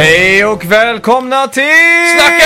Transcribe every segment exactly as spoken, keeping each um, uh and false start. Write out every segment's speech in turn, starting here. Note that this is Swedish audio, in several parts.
Hej och välkomna till Snacka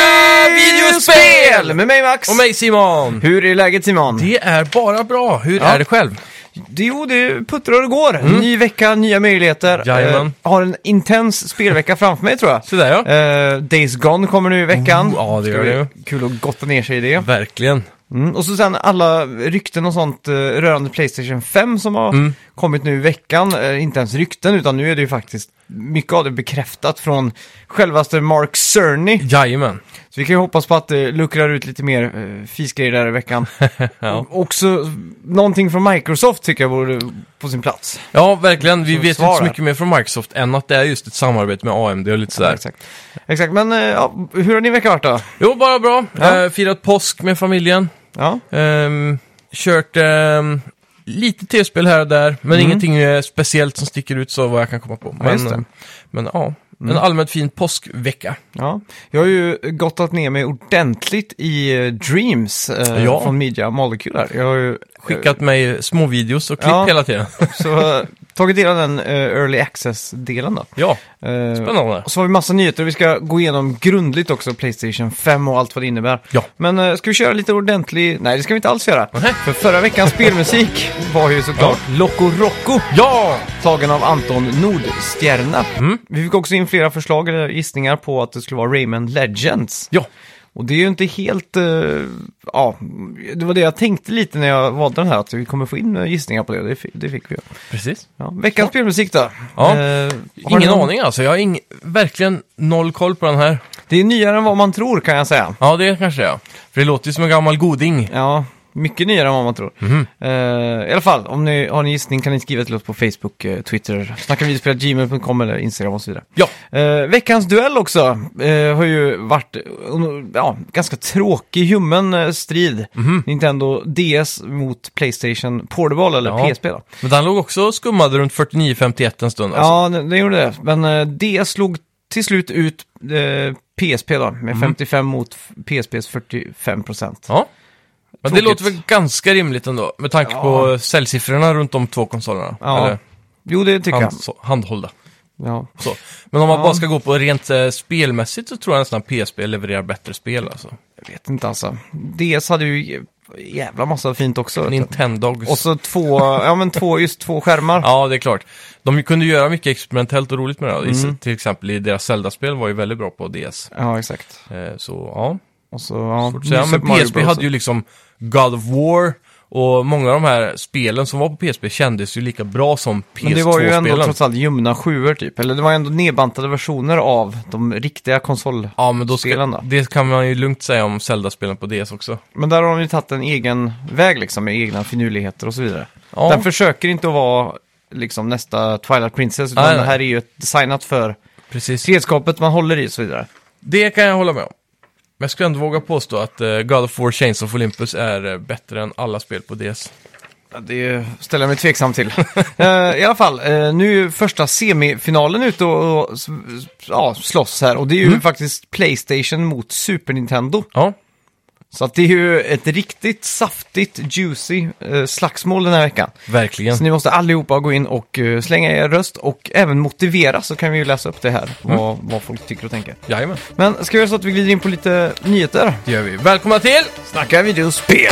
videospel! med mig Max. Och mig Simon. Hur är läget Simon? Det är bara bra. Hur Ja. är det själv? Det, jo, det puttrar och går. Ny vecka, nya möjligheter. Jajamän. Eh, har en intens spelvecka framför mig tror jag. Så där ja. Eh, Days Gone kommer nu i veckan. Oh, ja, det gör Ska det. bli Kul att gotta ner sig i det. Verkligen. Mm. Och så sen alla rykten och sånt eh, rörande PlayStation fem som har Mm. kommit nu i veckan. Eh, inte ens rykten, utan nu är det ju faktiskt mycket av det bekräftat från självaste Mark Cerny. Jajamän. Så vi kan ju hoppas på att det luckrar ut lite mer eh, fisgrejer där i veckan. Ja. Och också någonting från Microsoft tycker jag vore på sin plats. Ja, verkligen. Vi Så vet svar inte så där. mycket mer från Microsoft än att det är just ett samarbete med A M D och lite sådär. Ja, exakt. Exakt, men eh, ja, hur har din vecka varit då? Jo, bara bra. Ja. Eh, firat påsk med familjen. Ja, Ehm, kört ehm, lite tv-spel här och där, men Mm. ingenting eh, speciellt som sticker ut så vad jag kan komma på. Ja, just det. Men, men ja, en allmänt fin påskvecka. ja. Jag har ju gottat ner mig ordentligt i eh, Dreams eh, Ja. från Media Molecule här. Jag har ju Skickat mig små videos och klipp Ja. hela tiden. så, eh, tagit del av den eh, Early Access-delen då. Ja, Eh, spännande. Och så har vi massa nyheter och vi ska gå igenom grundligt också PlayStation fem och allt vad det innebär. Ja. Men eh, ska vi köra lite ordentlig... Nej, det ska vi inte alls göra. Nej. För förra veckans spelmusik var ju såklart Loco Roco, Ja! tagen av Anton Nordstjärna. Mm. Vi fick också in flera förslag eller gissningar på att det skulle vara Rayman Legends. Ja, Och det är ju inte helt... eh, ja, det var det jag tänkte lite när jag valde den här, att vi kommer få in eh, gissningar på det. Det, fi- det fick vi ju. precis. Ja. Veckans spelmusik då? Ja. Eh, har Ingen ni någon- aning alltså. Jag har ing- verkligen noll koll på den här. Det är nyare än vad man tror kan jag säga. Ja, det kanske det är. För det låter ju som en gammal goding. Ja, mycket nyare än vad man tror. Mhm. Eh, I alla fall, om ni har en gissning kan ni skriva till oss på Facebook, eh, Twitter, snackavideospel gmail punkt com eller Instagram och så vidare. Ja, Eh, veckans duell också eh, har ju varit uh, ja, ganska tråkig, ljummen eh, strid. Mhm. Nintendo D S mot PlayStation Portable eller Ja. P S P då. men den låg också och skummade runt fyrtionio femtioett en stund. Alltså. Ja, det, det gjorde det. Men eh, D S slog till slut ut eh, P S P då, med femtiofem mot P S P:s fyrtiofem procent. Ja. Men Tråkigt. det låter väl ganska rimligt ändå, med tanke Ja. på säljsiffrorna runt de två konsolerna. Ja, Eller Jo, det tycker hand, så, handhållda. jag. Ja. Så. Men om man Ja. bara ska gå på rent eh, spelmässigt så tror jag nästan P S P levererar bättre spel. Alltså. Jag vet inte alltså. D S hade ju jävla massa fint också. vet du. Nintendogs. Och så två, ja men två, just två skärmar. Ja, det är klart. De kunde göra mycket experimentellt och roligt med det. Mm. I- Till exempel i deras Zelda-spel var ju väldigt bra på D S. Ja, exakt. Eh, så ja, Och så, ja. svårt att säga. New Men Super Mario P S P Bros. hade ju liksom God of War och många av de här spelen som var på P S P kändes ju lika bra som P S Men det var ju ändå två-spelen. trots allt ljumna sjuor typ. Eller det var ändå nedbantade versioner av de riktiga konsol. Ja, men då ska, spelen då. det kan man ju lugnt säga om Zelda-spelen på D S också. Men där har de ju tagit en egen väg liksom, med egna finurligheter och så vidare. Ja. Den försöker inte att vara liksom nästa Twilight Princess, utan Nej, det nej. här är ju ett designat för Precis. redskapet man håller i och så vidare. Det kan jag hålla med om. Men jag skulle ändå våga påstå att eh, God of War Chains of Olympus är eh, bättre än alla spel på D S. Ja, det ställer jag mig tveksam till. Eh, I alla fall, eh, nu är ju första semifinalen ute och, och s- ja, slåss här. Och det är ju Mm. faktiskt PlayStation mot Super Nintendo. Ja, Så att det är ju ett riktigt saftigt, juicy eh, slagsmål den här veckan. verkligen. Så ni måste allihopa gå in och eh, slänga er röst och även motivera, så kan vi ju läsa upp det här, Mm. vad, vad folk tycker och tänker. Jajamän, Men ska vi göra så att vi glider in på lite nyheter? det gör vi. Välkomna till! Snacka videospel!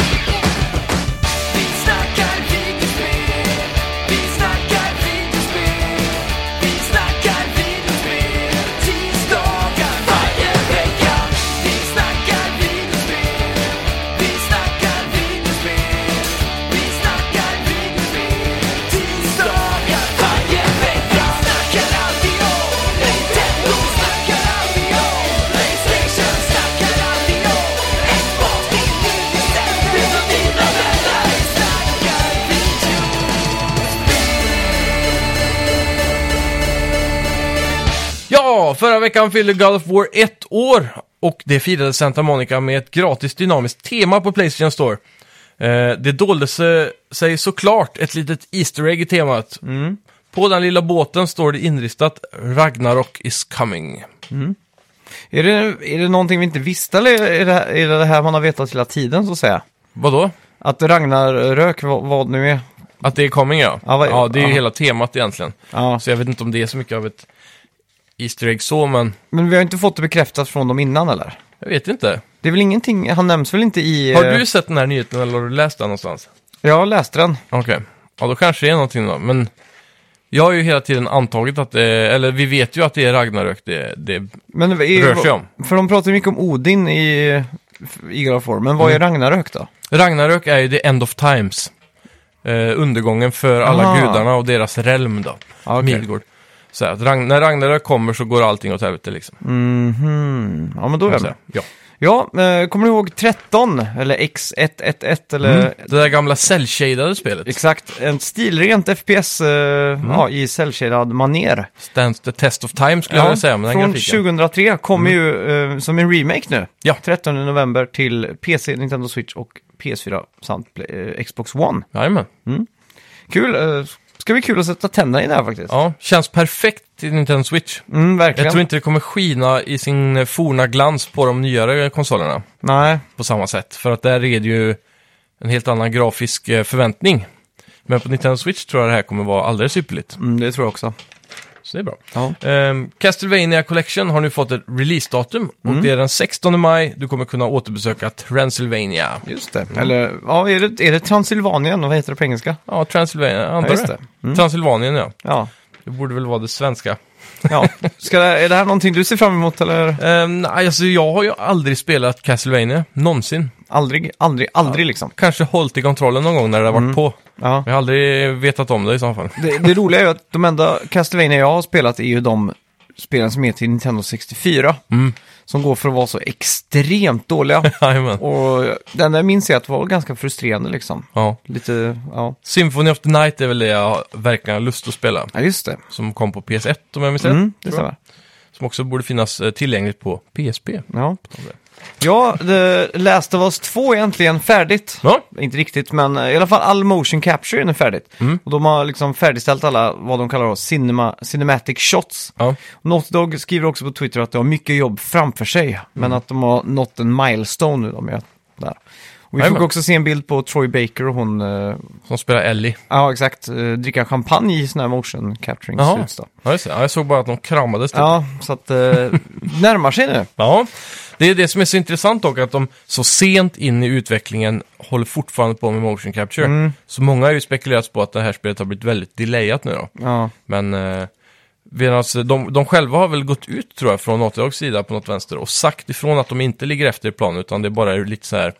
Vi snackar videospel, vi snackar videospel, vi snackar videospel, tisdagar varje vecka. Vi snackar videospel, vi snackar videospel, vi snackar videospel, tisdagar varje vecka. Snackar alltid om Nintendo, snackar alltid om PlayStation, snackar alltid om Xbox, din nyhetssändning och dina vänner. Vi snackar video. Ja, förra veckan fyllde God of War ett år och det firade Santa Monica med ett gratis dynamiskt tema på PlayStation Store. Eh, det dolde sig, sig såklart ett litet Easter egg i temat. På den lilla båten står det inristat Ragnarok is coming. Är det, är det någonting vi inte visste, eller är det, är det det här man har vetat hela tiden, så att säga? Vadå? Att Ragnarök, vad, vad nu är? Att det är coming, ja. Ja, vad- Ja, det är ju ja. hela temat egentligen. Ja, Så jag vet inte om det är så mycket av ett Easter egg så, men Men vi har inte fått det bekräftat från dem innan, eller? jag vet inte. Det är väl ingenting, han nämns väl inte i... Har eh, du sett den här nyheten eller har du läst den någonstans? Jag har läst den. Okej. Ja, då kanske det är någonting då. Men jag har ju hela tiden antagit att det är, eller vi vet ju att det är Ragnarök det, det Men det är, rör sig om. För de pratar ju mycket om Odin i Eagle of War, men vad är Mm. Ragnarök då? Ragnarök är ju the end of times. Eh, undergången för alla Aha. gudarna och deras realm då. Ja, okej. Midgård. Så att Ragn- när Ragnarök kommer så går allting åt helvete liksom. Mhm. Ja, men då är jag med. Ja. Ja, eh, kommer du ihåg tretton? Eller X ett ett ett? Eller... Mm. Det där gamla cell-shadade spelet. Exakt, en stilrent F P S eh, ja, i cell-shadad manér. Stands the test of time skulle jag vilja säga med den från grafiken. tjugohundratre kommer ju eh, som en remake nu. Ja. trettonde november till P C, Nintendo Switch och P S fyra samt eh, Xbox One. Jajamän. Kul, eh, ska bli kul att sätta tänderna i det här faktiskt. Ja, känns perfekt till Nintendo Switch. Mm, verkligen. Jag tror inte det kommer skina i sin forna glans på de nyare konsolerna Nej, på samma sätt. För att där är det ju en helt annan grafisk eh, förväntning. Men på Nintendo Switch tror jag det här kommer vara alldeles ypperligt. mm, det tror jag också. Så det är bra. Ja. Ehm, Castlevania Collection har nu fått ett releasedatum. Och det är den sextonde maj. Du kommer kunna återbesöka Transylvania. Just det. Eller, ja, är det, är det Transylvanien? Vad heter det på engelska? Ja, Transylvania. Jag antar Ja, just det. det. Mm. Transylvanien, ja. Ja. Det borde väl vara det svenska. ja. Ska det, är det här någonting du ser fram emot eller? Ehm, nej, alltså jag har ju aldrig spelat Castlevania. Någonsin. Aldrig, aldrig, aldrig liksom. Kanske hållit i kontrollen någon gång när det har varit på. Ja. Jag har aldrig vetat om det i så fall. Det, det roliga är ju att de enda Castlevania jag har spelat är ju de spelen som är till Nintendo sextiofyra. Mm. Som går för att vara så extremt dåliga. Jajamän. Och den där minns jag att var ganska frustrerande liksom. Ja. Lite, ja. Symphony of the Night är väl det jag verkligen har lust att spela. Ja, just det. Som kom på P S ett om jag minns rätt. Mm, det tror jag. stämmer. Som också borde finnas eh, tillgängligt på P S P. Ja. Ja, The Last of Us två är äntligen färdigt. Ja, Inte riktigt, men i alla fall all motion capture är nu färdigt. Mm. Och de har liksom färdigställt alla, vad de kallar då, cinema, cinematic shots. ja. Naughty Dog skriver också på Twitter att de har mycket jobb framför sig, Mm. men att de har nått en milestone nu. De är där. Och vi Jajamän. fick också se en bild på Troy Baker och hon, eh, Som spelar Ellie. ja exakt, eh, dricka champagne i sån här motion capturing Jaha. suits då. Ja, just det. Ja, jag såg bara att de kramades. Typ. Ja, så att eh, närmar sig nu. Ja, det är det som är så intressant dock, att de så sent in i utvecklingen håller fortfarande på med motion capture. Mm. Så många har ju spekulerat på att det här spelet har blivit väldigt delayat nu då. Ja, Men eh, medans de, de själva har väl gått ut, tror jag, från Naughty Dogs sida på något vänster och sagt ifrån att de inte ligger efter i planen, utan det bara är lite så här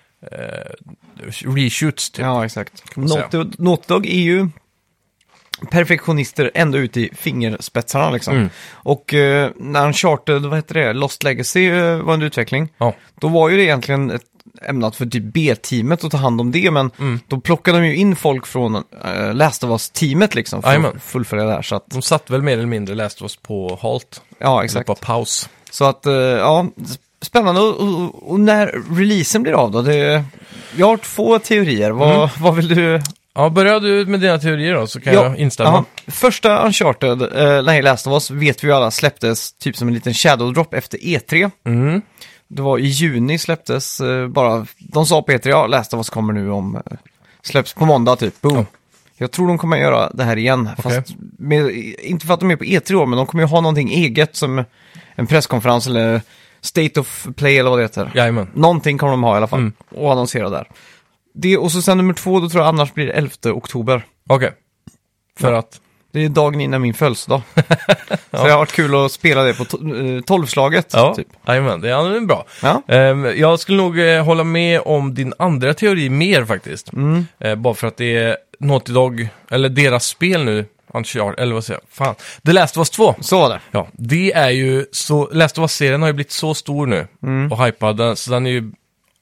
eh, reshoots typ. ja exakt. man säga. Naughty Naughty Dog är ju perfektionister ända ut i fingerspetsarna liksom. Mm. Och eh, när Uncharted, vad heter det, Lost Legacy eh, var under utveckling, Ja. då var ju det egentligen ett ämnat för typ B-teamet att ta hand om det, men Mm. då plockade de ju in folk från äh, Last of Us-teamet liksom för Jajamän. att fullfölja det här. Så att, De satt väl mer eller mindre läst oss på halt. ja, Eller exakt. på paus. Så att, eh, ja, spännande. Och, och, och när releasen blir av då? Det, jag har två teorier. Vad, Mm. vad vill du... Ja, börjar du med dina teorier då, så kan Ja, jag instämma. ja. Första Uncharted, eh, nej, Last of Us, vet vi ju alla släpptes typ som en liten shadow drop efter E tre. Mm. Det var i juni släpptes eh, bara, de sa på E tre, ja, Last of Us kommer nu om, eh, släpps på måndag typ, boom. Ja. Jag tror de kommer göra det här igen, Okej. fast med, inte för att de är på E tre år, men de kommer ju ha någonting eget som en presskonferens eller State of Play eller vad det heter. Jajamän. Någonting kommer de ha i alla fall, Mm. och annonsera där. Det, och så sen nummer två, då tror jag annars blir det elfte oktober. Okej. För Ja. att... Det är dagen innan min födelsedag. Så det har varit kul att spela det på to- eh, tolvslaget, Ja, typ. jajamän, det är bra. Ja. Ehm, jag skulle nog eh, hålla med om din andra teori mer faktiskt. Mm. Eh, bara för att det är Naughty Dog, eller deras spel nu, Uncharted, eller vad säger jag? Fan. The Last of Us två. Så var det. Ja, det är ju så... Last of Us-serien har ju blivit så stor nu Mm. och hypad, den- så den är ju...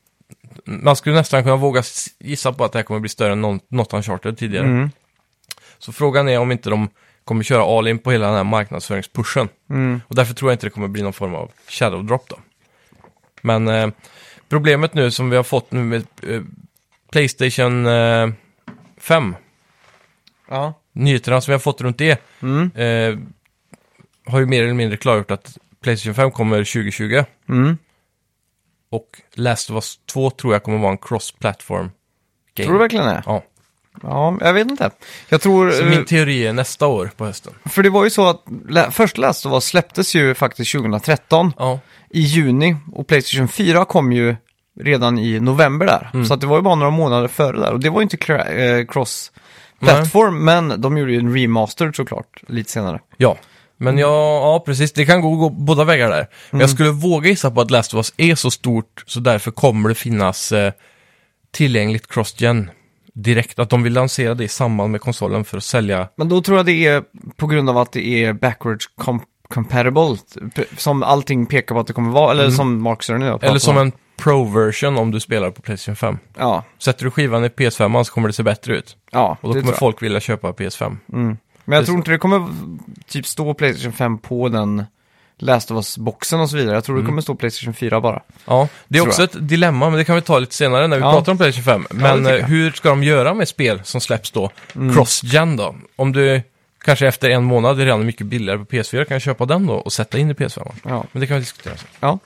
Man skulle nästan kunna våga s- gissa på att det här kommer bli större än någon- något Uncharted tidigare. Mm. Så frågan är om inte de kommer köra all in på hela den här marknadsföringspushen. Mm. Och därför tror jag inte det kommer bli någon form av shadow drop då. Men eh, problemet nu som vi har fått nu med eh, PlayStation eh, fem, Ja. nyheterna som vi har fått runt det, Mm. eh, har ju mer eller mindre klargjort att PlayStation fem kommer tjugo tjugo. Mm. Och Last of Us två tror jag kommer vara en cross-platform game. Tror du verkligen det? Ja. Ja, jag vet inte. Jag tror... Så eh, min teori är nästa år på hösten. För det var ju så att lä- första Last of Us släpptes ju faktiskt tjugohundratretton Ja, i juni. Och PlayStation fyra kom ju redan i november där. Mm. Så att det var ju bara några månader före där. Och det var ju inte cra- eh, cross-platform, men de gjorde ju en remaster såklart lite senare. ja. Men ja, ja, precis. Det kan gå, gå båda vägar där. Men jag skulle våga gissa på att Last of Us är så stort så därför kommer det finnas eh, tillgängligt cross-gen direkt. Att de vill lansera det i samband med konsolen för att sälja. Men då tror jag det är på grund av att det är backwards com- compatible, p- som allting pekar på att det kommer vara, eller som Mark Cerny har pratat Eller som om. en Pro-version om du spelar på PlayStation fem. Ja, Sätter du skivan i P S fem så kommer det se bättre ut. ja, Och då det kommer tror jag. folk vilja köpa P S fem. Mm. Men jag Det- tror inte det kommer typ stå PlayStation fem på den Last of Us-boxen och så vidare. Jag tror det kommer stå PlayStation fyra bara. Ja, det är Tror också ett dilemma, men det kan vi ta lite senare när vi Ja. pratar om PlayStation fem. Men tycker eh, jag. hur ska de göra med spel som släpps då? Cross-gen då? Om du kanske efter en månad är redan mycket billigare på P S fyra kan köpa den då och sätta in i P S fem. Ja. Men det kan vi diskutera sen. Ja.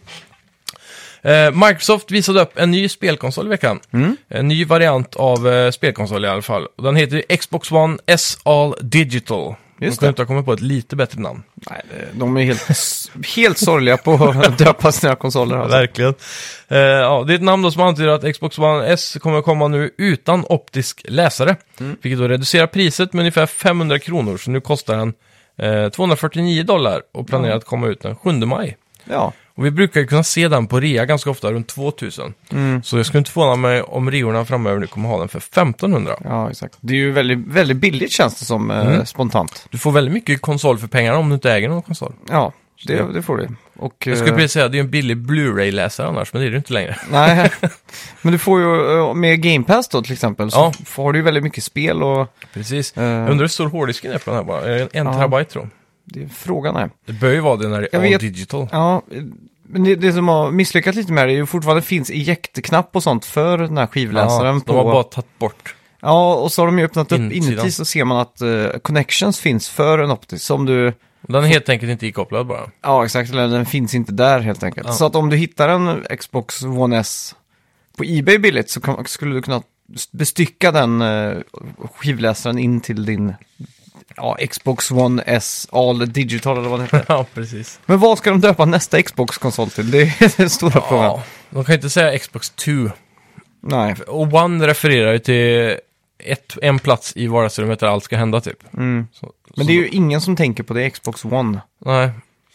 Eh, Microsoft visade upp en ny spelkonsol i veckan. Mm. En ny variant av eh, spelkonsol i alla fall. Och den heter ju Xbox One S All Digital. Just de kunde det. inte ha kommit på ett lite bättre namn. Nej, det- de är helt, helt sorgliga på att döpa sina konsoler. Alltså. Verkligen. Eh, ja, det är ett namn då som antyder att Xbox One S kommer att komma nu utan optisk läsare. Mm. Vilket då reducerar priset med ungefär femhundra kronor. Så nu kostar den eh, tvåhundrafyrtionio dollar och planerar Ja. att komma ut den sjunde maj. Ja. Och vi brukar ju kunna se den på rea ganska ofta, runt tvåtusen. Mm. Så jag skulle inte förvåna mig om reorna framöver nu kommer ha den för femtonhundra. Ja, exakt. Det är ju väldigt, väldigt billigt känns det som, eh, Mm. spontant. Du får väldigt mycket konsol för pengarna om du inte äger någon konsol. Ja, det, det får du. Och, Jag skulle eh, precis säga att det är en billig Blu-ray-läsare annars, men det är det inte längre. nej, men du får ju, eh, med Game Pass då till exempel, så Ja. får du ju väldigt mycket spel och Precis. eh, Jag undrar hur stor hårddisken är på den här bara. Är det En Ja. terabyte tror jag. det är frågan är. Det bör ju vara det när det är Jag all vet- digital. Ja, men det, det som har misslyckats lite med det är ju fortfarande finns eject-knapp och sånt för den här skivläsaren. Ja, på, de har bara tagit bort. Ja, och så har de ju öppnat upp Insidan. inuti så ser man att eh, connections finns för en optisk. Så om du, Den är helt enkelt inte ikopplad bara. ja exakt, eller den finns inte där helt enkelt. Ja. Så att om du hittar en Xbox One S på eBay billigt så kan, skulle du kunna bestycka den eh, skivläsaren in till din ja, Xbox One S All Digital eller vad det heter. Ja, precis. Men vad ska de döpa nästa Xbox-konsol till? Det är den stora frågan. Ja, de kan inte säga Xbox två. Nej. Och One refererar ju till ett, en plats i vardagsrummet där allt ska hända typ. Mm. Så, Men så, det är ju ingen som tänker på det, Xbox One. Nej,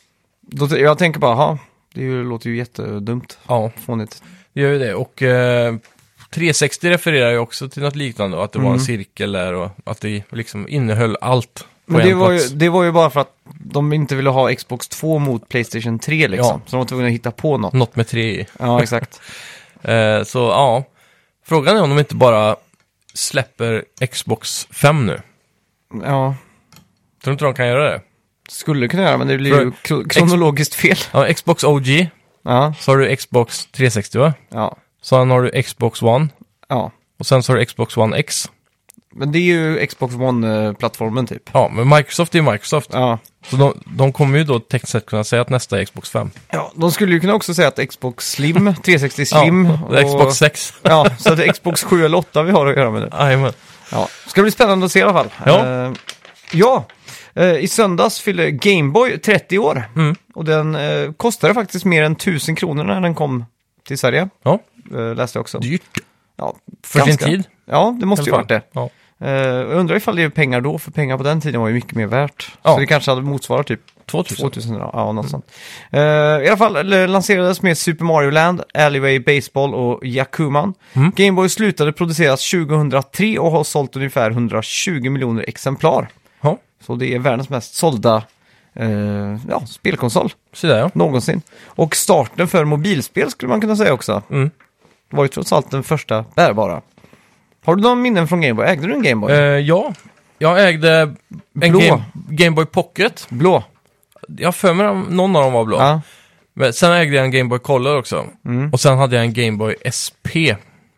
Då, jag tänker bara, ha, det är ju, låter ju jättedumt. ja, Fånigt. det gör ju det. Och eh, trehundrasextio refererar ju också till något liknande. Och att det var en Mm. cirkel där och att det liksom innehöll allt på Men en det var, ju, plats. det var ju bara för att de inte ville ha Xbox två mot Playstation tre liksom. Ja. Så de var tvungna att hitta på något. Något med tre i. Ja, exakt. Eh, så ja, frågan är om de inte bara släpper Xbox fem nu. Ja, Tror du inte de kan göra det? skulle kunna göra, men det blir För- ju kro- kronologiskt fel. Ja, Xbox O G, Ja, så har du Xbox trehundrasextio va? ja, Sen har du Xbox One ja. och sen så har du Xbox One X. Men det är ju Xbox One-plattformen typ. Ja, men Microsoft är ju Microsoft. Ja. Så de, de kommer ju då tekniskt sett kunna säga att nästa är Xbox fem. Ja, de skulle ju kunna också säga att Xbox Slim, trehundrasextio Slim Ja, det är Xbox sex. Ja, så det är Xbox sju eller åtta vi har att göra med det. Jajamän. Ja, ska bli spännande att se i alla fall. Ja. Eh, ja, eh, i söndags fyllde Gameboy trettio år. Mm. Och den eh, kostade faktiskt mer än tusen kronor när den kom till Sverige. Ja, Eh, läste jag också. dyrt. Ja, För ganska. sin tid. Ja, det måste i ju alla varit det. fall. Ja. Eh, jag undrar ifall det är pengar då, för pengar på den tiden var ju mycket mer värt. Ja. Så det kanske hade motsvarat typ tvåtusen. tvåtusen, ja, något sånt. Eh, I alla fall l- lanserades med Super Mario Land, Alleyway Baseball och Yakuman. Mm. Gameboy slutade produceras tjugohundratre och har sålt ungefär hundratjugo miljoner exemplar. Ja, Så det är världens mest sålda eh, ja, spelkonsol så där ja. någonsin. Och starten för mobilspel skulle man kunna säga också. Mm. Det var ju trots allt den första bärbara. Har du någon minnen från Gameboy? Ägde du en Gameboy? Eh, ja, jag ägde en Blå. Game, Game Boy Pocket. Blå? Jag har för mig att någon av dem var blå. Ja. Men sen ägde jag en Game Boy Color också. Mm. Och sen hade jag en Game Boy S P.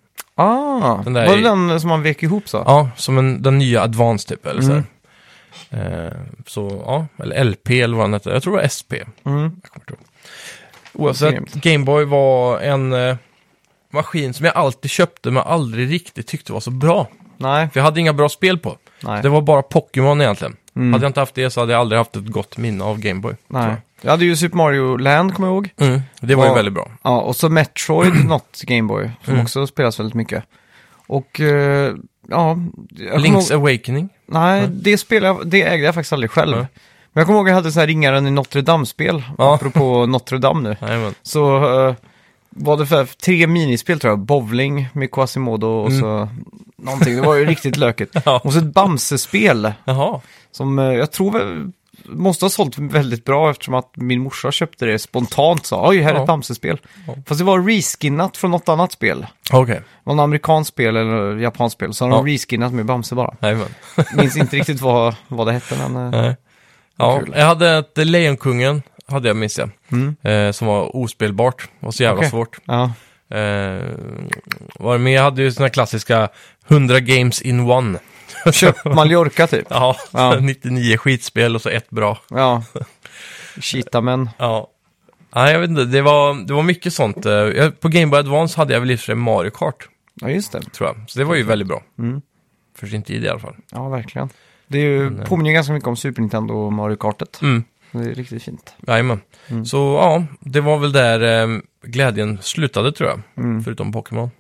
Ah, Den där var det är- den som man vek ihop så? Ja, som en, den nya Advance typ. Eller så, Mm. här. Eh, så ja, eller L P eller vad den hette. Jag tror det var S P. Mm. Jag kommer inte ihåg. Oavsett, Grymt. Game Boy var en eh, maskin som jag alltid köpte men aldrig riktigt tyckte var så bra. Nej. För jag hade inga bra spel på. Nej. Det var bara Pokémon egentligen. Mm. Hade jag inte haft det så hade jag aldrig haft ett gott minne av Game Boy. tror Nej. jag. Jag hade ju Super Mario Land, kommer jag ihåg. Mm. Det var ju Ja. väldigt bra. Ja, och så Metroid, något Game Boy, som Mm. också spelas väldigt mycket. Och, eh, ja... jag kommer Link's ihåg- Awakening. Nej, det, spelade, jag- det ägde jag faktiskt aldrig själv. Nej. Men jag kommer ihåg att jag hade så här ringaren i Notre Dame-spel, Ja. apropå Notre Dame nu. Nej, men. Så uh, var det för tre minispel tror jag. Bowling med Quasimodo och Mm. så någonting. Det var ju riktigt lökigt. Ja. Och så ett Bamse-spel Jaha. som uh, jag tror väl måste ha sålt väldigt bra eftersom att min morsa köpte det spontant. Så, oj, här är Ja. ett Bamse-spel. Ja. Fast det var reskinnat från något annat spel. Okej. Det var en amerikansk spel eller japansk spel. Så har de Ja. reskinnat med Bamse bara. Nej, men. Minns inte riktigt vad, vad det hette, men... uh, Nej. Ja, Kul. jag hade ett Lejonkungen, hade jag minns jag. Mm. Eh, som var ospelbart. Och så jävla Okej. svårt. Ja. Eh, var det med? Jag hade ju såna klassiska hundra games in one. Köp Mallorca typ. Ja, Ja. nittionio skitspel och så ett bra. Ja. Cheetah-men. Ja. Nej, jag vet inte. Det var, det var mycket sånt. Eh, jag- På Game Boy Advance hade jag väl i och för sig Mario Kart, Ja, just det. tror jag. Så det var ju väldigt bra. Mm. För sin tid i alla fall. Ja, verkligen. Det är ju, Men, eh, påminner ju ganska mycket om Super Nintendo och Mario Kartet. Mm. Det är riktigt fint. Jajamän. Mm. Så ja, det var väl där eh, glädjen slutade, tror jag. Mm. Förutom Pokémon.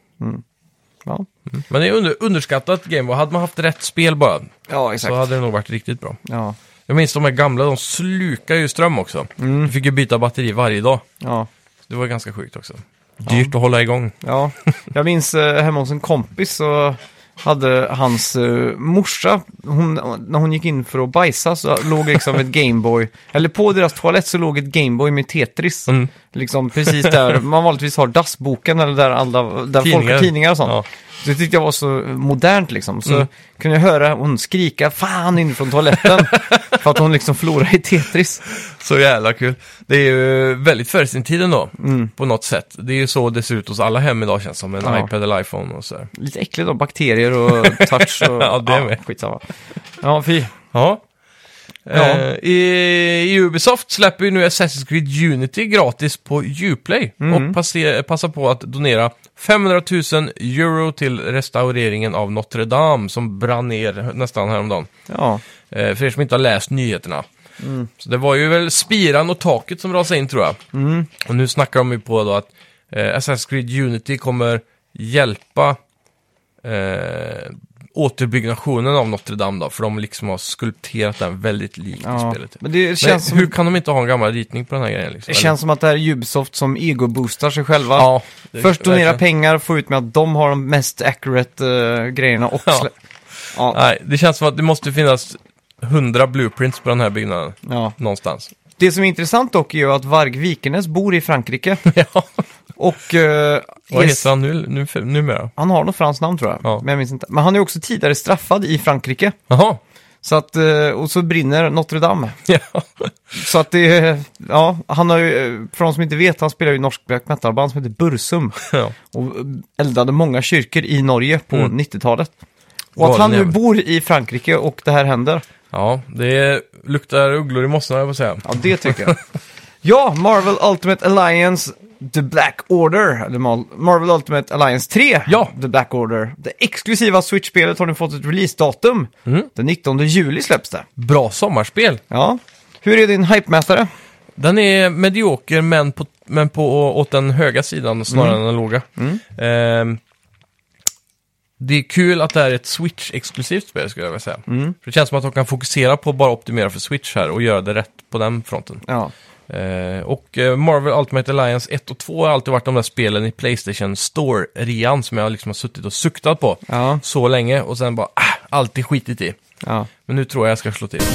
Ja, Mm. Men det är under, underskattat Game Boy. Hade man haft rätt spel bara, ja exakt. så hade det nog varit riktigt bra. Ja. Jag minns de här gamla, de slukar ju ström också. Mm. Du fick ju byta batteri varje dag. Ja. Det var ganska sjukt också. Dyrt att hålla igång. Ja. Jag minns eh, hemma hos en kompis så hade hans eh, morsa, hon, när hon gick in för att bajsa så låg liksom ett Gameboy, eller på deras toalett så låg ett Gameboy med Tetris. Mm. Liksom precis där man vanligtvis har dassboken eller där, alla, där folk Tidningar. har tidningar och sånt. Ja. Så det tyckte jag var så modernt liksom. Så Mm. kunde jag höra hon skrika fan in från toaletten för att hon liksom förlorade i Tetris. Så jävla kul. Det är ju väldigt före sin tid ändå, Mm. på något sätt. Det är ju så det ser ut hos alla hem idag, känns som en Ja. iPad eller iPhone och så här. Lite äckligt då, bakterier och touch och... Ja, det är med. Skitsamma. Ja, fy. Ja. Ja. Eh, i, I Ubisoft släpper ju nu Assassin's Creed Unity gratis på Uplay. Mm. Och passer, passar på att donera femhundratusen euro till restaureringen av Notre Dame som brann ner nästan häromdagen. Ja. Eh, för er som inte har läst nyheterna. Mm. Så det var ju väl spiran och taket som rasade in, tror jag. Mm. Och nu snackar de ju på då att eh, Assassin's Creed Unity kommer hjälpa eh, återbyggnationen av Notre Dame då, för de liksom har skulpterat den väldigt likt Ja. i spelet. Men det Men känns, som, hur kan de inte ha en gammal ritning på den här grejen? Liksom? det känns som att det här är Ubisoft som ego-boostar sig själva. Ja, det- Först donera verkligen. pengar, få ut med att de har de mest accurate uh, grejerna och... Ja. slä- Ja. Nej, det känns som att det måste finnas hundra blueprints på den här byggnaden Ja. någonstans. Det som är intressant dock är ju att Varg Vikernes bor i Frankrike. Ja. Och... Uh, Vad heter han nu, nu, numera? Han har något franskt namn tror jag, Ja. men jag minns inte. Men han är också tidigare straffad i Frankrike. Jaha. Så att, eh, och så brinner Notre Dame. Ja. Så att det, ja, han har ju, eh, för de som inte vet, han spelar ju norsk black metal-band som heter Bursum. Ja. Och eh, eldade många kyrkor i Norge på Mm. nittiotalet. Och att Galen han nu jävel. bor i Frankrike och det här händer. Ja, det luktar ugglor i mossarna, jag får säga. Ja, det tycker jag. Ja, Marvel Ultimate Alliance The Black Order. Eller Mar- Marvel Ultimate Alliance tre. Ja. The Black Order. Det exklusiva Switch-spelet har nu fått ett release-datum. Mm. Den nittonde juli släpps det. Bra sommarspel. Ja. Hur är din hype-mätare? Den är medioker, men på, men på åt den höga sidan snarare än den låga. Mm. Ehm, det är kul att det är ett Switch-exklusivt spel, skulle jag vilja säga. Mm. För det känns som att de kan fokusera på att bara optimera för Switch här och göra det rätt på den fronten. Ja. Ehm, och eh, Marvel Ultimate Alliance ett och två har alltid varit de där spelen i PlayStation Store-rean som jag liksom har suttit och suktat på Ja. så länge och sen bara ah, alltid skitit i. Ja. Men nu tror jag jag ska slå till.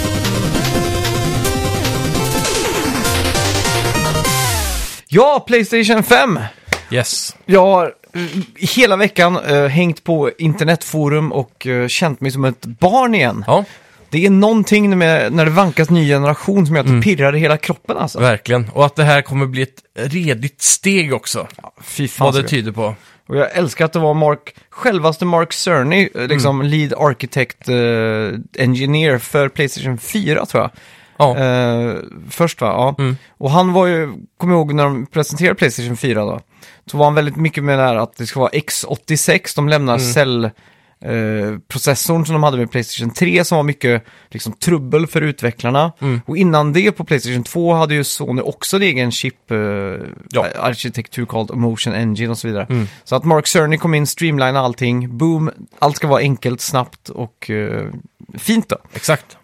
Ja, PlayStation fem! Yes. Jag har eh, hela veckan eh, hängt på internetforum och eh, känt mig som ett barn igen. Ja, Det är någonting med när det vankas ny generation som gör att det pirrar i hela kroppen alltså. verkligen. Och att det här kommer bli ett redigt steg också. Fy fan. Vad så det gött. tyder på. Och jag älskar att det var Mark, självaste Mark Cerny, eh, liksom lead architect eh, engineer för PlayStation fyra tror jag. Ja, Eh, först va? Ja. Mm. Och han var ju, kommer jag ihåg när de presenterade PlayStation fyra då, så var han väldigt mycket med det här att det ska vara X åttiosex, de lämnar Mm. cell, eh, processorn som de hade med PlayStation tre som var mycket liksom, trubbel för utvecklarna. Mm. Och innan det på PlayStation två hade ju Sony också en egen chip eh, Ja. arkitektur called Motion Engine och så vidare. Mm. Så att Mark Cerny kom in, streamline allting, boom, allt ska vara enkelt, snabbt och eh, fint då. Exakt.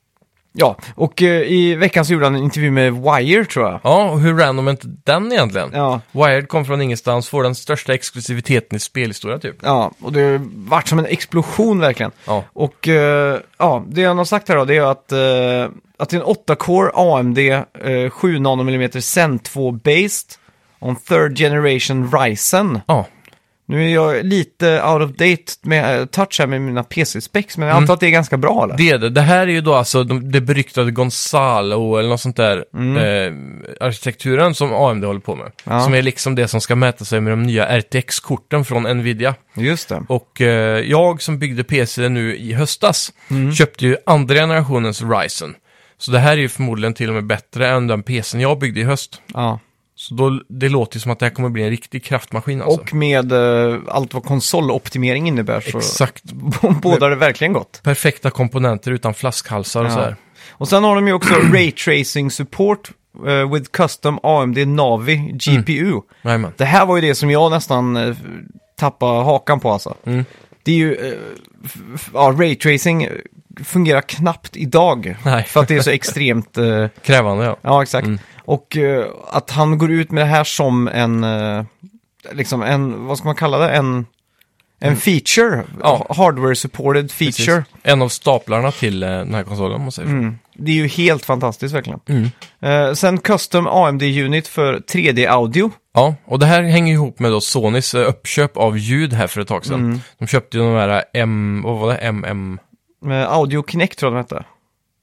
Ja, och eh, i veckan så gjorde han en intervju med Wire tror jag. Ja, och hur random är inte den egentligen? Ja, Wired kom från ingenstans, får den största exklusiviteten i spelhistoria typ. ja, och det har varit som en explosion verkligen. Ja. Och eh, ja, det han har sagt här då, det är att, eh, att det är en åtta core A M D eh, sju nanomillimeter Zen två based on third generation Ryzen. Ja, Nu är jag lite out of date med uh, touch här med mina P C-specs, men jag antar att det är ganska bra eller? det är det. Det här är ju då alltså de, det beryktade Gonzalo eller något sånt där eh, arkitekturen som A M D håller på med. Ja. Som är liksom det som ska mäta sig med de nya R T X-korten från Nvidia. Just det. Och eh, jag som byggde P C nu i höstas köpte ju andra generationens Ryzen. Så det här är ju förmodligen till och med bättre än den P C:n jag byggde i höst. Ja. Så då, det låter ju som att det här kommer bli en riktig kraftmaskin alltså. Och med uh, allt vad konsoloptimering innebär så Exakt. bådar det verkligen gott. Perfekta komponenter utan flaskhalsar och Ja. så här. Och sen har de ju också Ray Tracing Support uh, with Custom A M D Navi G P U. Jajamän. Det här var ju det som jag nästan uh, tappade hakan på alltså. Mm. Det är ju, uh, f- f- ja, Ray Tracing fungerar knappt idag. Nej. För att det är så extremt... Uh, Krävande, ja. ja, exakt. Mm. Och uh, att han går ut med det här som en, uh, liksom en, vad ska man kalla det? En, en feature. Ja. Hardware-supported feature. Precis. En av staplarna till eh, den här konsolen, om man säger så. Mm. Det är ju helt fantastiskt verkligen. Mm. Uh, sen Custom A M D-unit för tre D-audio. Ja, och det här hänger ihop med då Sonys eh, uppköp av ljud här för ett tag sedan. Mm. De köpte ju de här M, vad var det? M M... Uh, Audio Kinect tror jag de hette.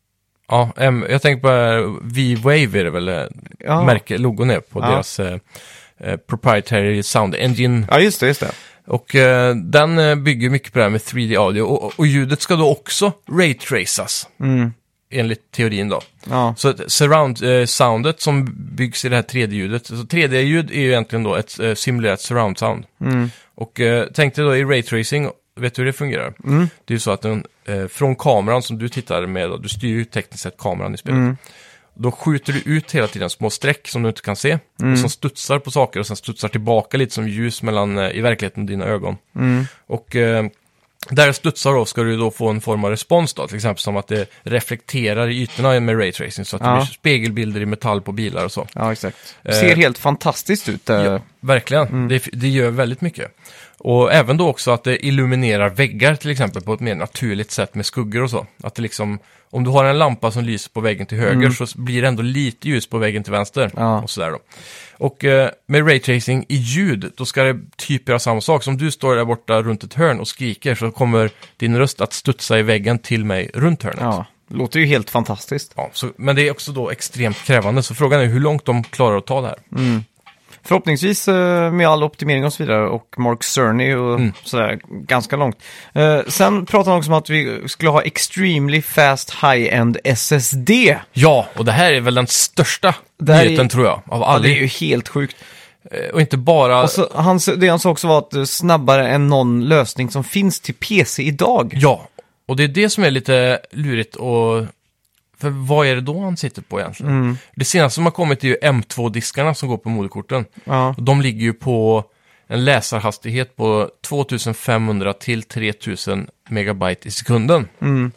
Ja, M, jag tänker på eh, V-Wave är det väl, eh, Ja. märke, logon är på Ja. deras eh, eh, proprietary sound engine. Ja, just det, just det. Och eh, den eh, bygger mycket på det här med tre D-audio. Och, och ljudet ska då också raytracas, Mm. enligt teorin då. Ja. Så att surround-soundet som byggs i det här tre D-ljudet, så tre D-ljud är ju egentligen då ett eh, simulerat surround-sound. Mm. Och eh, tänk dig då i raytracing, vet du hur det fungerar? Mm. Det är ju så att den, eh, från kameran som du tittar med, då, du styr ju tekniskt sett kameran i spelet. Mm. Då skjuter du ut hela tiden små streck som du inte kan se. Mm. Och som studsar på saker och sen studsar tillbaka lite som ljus mellan, eh, i verkligheten, dina ögon. Mm. Och eh, där det studsar då ska du då få en form av respons då. Till exempel som att det reflekterar i ytorna med raytracing. Så att det Ja. blir spegelbilder i metall på bilar och så. Ja, exakt. Eh, Ser helt fantastiskt ut. eh. Ja, verkligen. Det, det gör väldigt mycket. Och även då också att det illuminerar väggar till exempel på ett mer naturligt sätt med skuggor och så. Att det liksom, om du har en lampa som lyser på väggen till höger så blir det ändå lite ljus på väggen till vänster. Ja. Och sådär då. Och eh, med raytracing i ljud, då ska det typ göra samma sak. Så om du står där borta runt ett hörn och skriker så kommer din röst att studsa i väggen till mig runt hörnet. Ja, låter ju helt fantastiskt. Ja, så, men det är också då extremt krävande. Så frågan är hur långt de klarar att ta det här. Förhoppningsvis eh, med all optimering och så vidare och Mark Cerny och Mm. sådär ganska långt. Eh, sen pratade han också om att vi skulle ha extremely fast high-end S S D. Ja, och det här är väl den största Det här är- nyheten tror jag, av Ja, alla. det är ju helt sjukt. Eh, Och inte bara... Och så, han, det han sa också var att eh, snabbare än någon lösning som finns till P C idag. Ja, och det är det som är lite lurigt och... För vad är det då han sitter på egentligen? Mm. Det senaste som har kommit är ju M två-diskarna som går på moderkorten. Ja. Och de ligger ju på en läsarhastighet på tvåtusen till tre tusen megabyte i sekunden. Mm.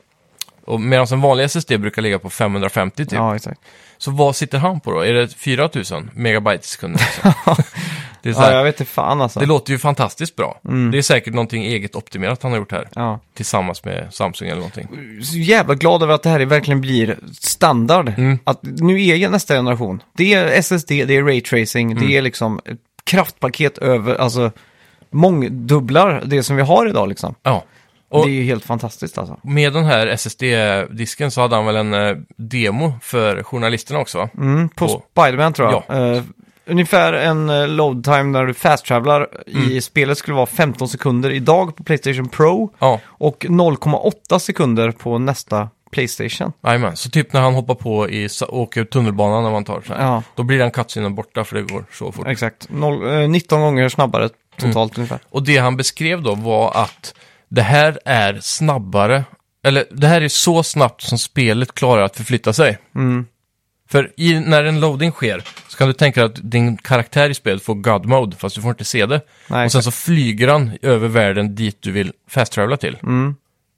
Och medan en vanlig S S D brukar ligga på femhundrafemtio typ. Ja, exakt. Så vad sitter han på då? Är det fyra tusen megabyte i sekunden? Liksom? det, är så här, Ja, jag vet inte fan alltså. det låter ju fantastiskt bra. Mm. Det är säkert någonting eget optimerat han har gjort här. Ja. Tillsammans med Samsung eller någonting. Så jävla glad över att det här verkligen blir standard. Mm. Att nu är nästa generation. Det är S S D, det är raytracing, Mm. det är liksom ett kraftpaket över, alltså mångdubblar det som vi har idag liksom. Ja. Och Och det är ju helt fantastiskt alltså. med den här S S D-disken så hade han väl en eh, demo för journalisterna också, va? Mm, på Och- Spider-Man tror jag. Ja. Eh, ungefär en uh, load time när du fast-travlar Mm. i spelet skulle vara femton sekunder idag på PlayStation Pro Ja, och noll komma åtta sekunder på nästa PlayStation. jajamän. Så typ när han hoppar på i sa- åker tunnelbanan när man tar så här. Ja, Då blir den cutscenen borta för det går så fort. exakt. Noll, eh, nitton gånger snabbare totalt ungefär. Och det han beskrev då var att det här är snabbare, eller det här är så snabbt som spelet klarar att förflytta sig. Mm. För i, när en loading sker så kan du tänka att din karaktär i spelet får God Mode, fast du får inte se det. Nej, och sen så flyger han över världen dit du vill fast-travela till. Mm.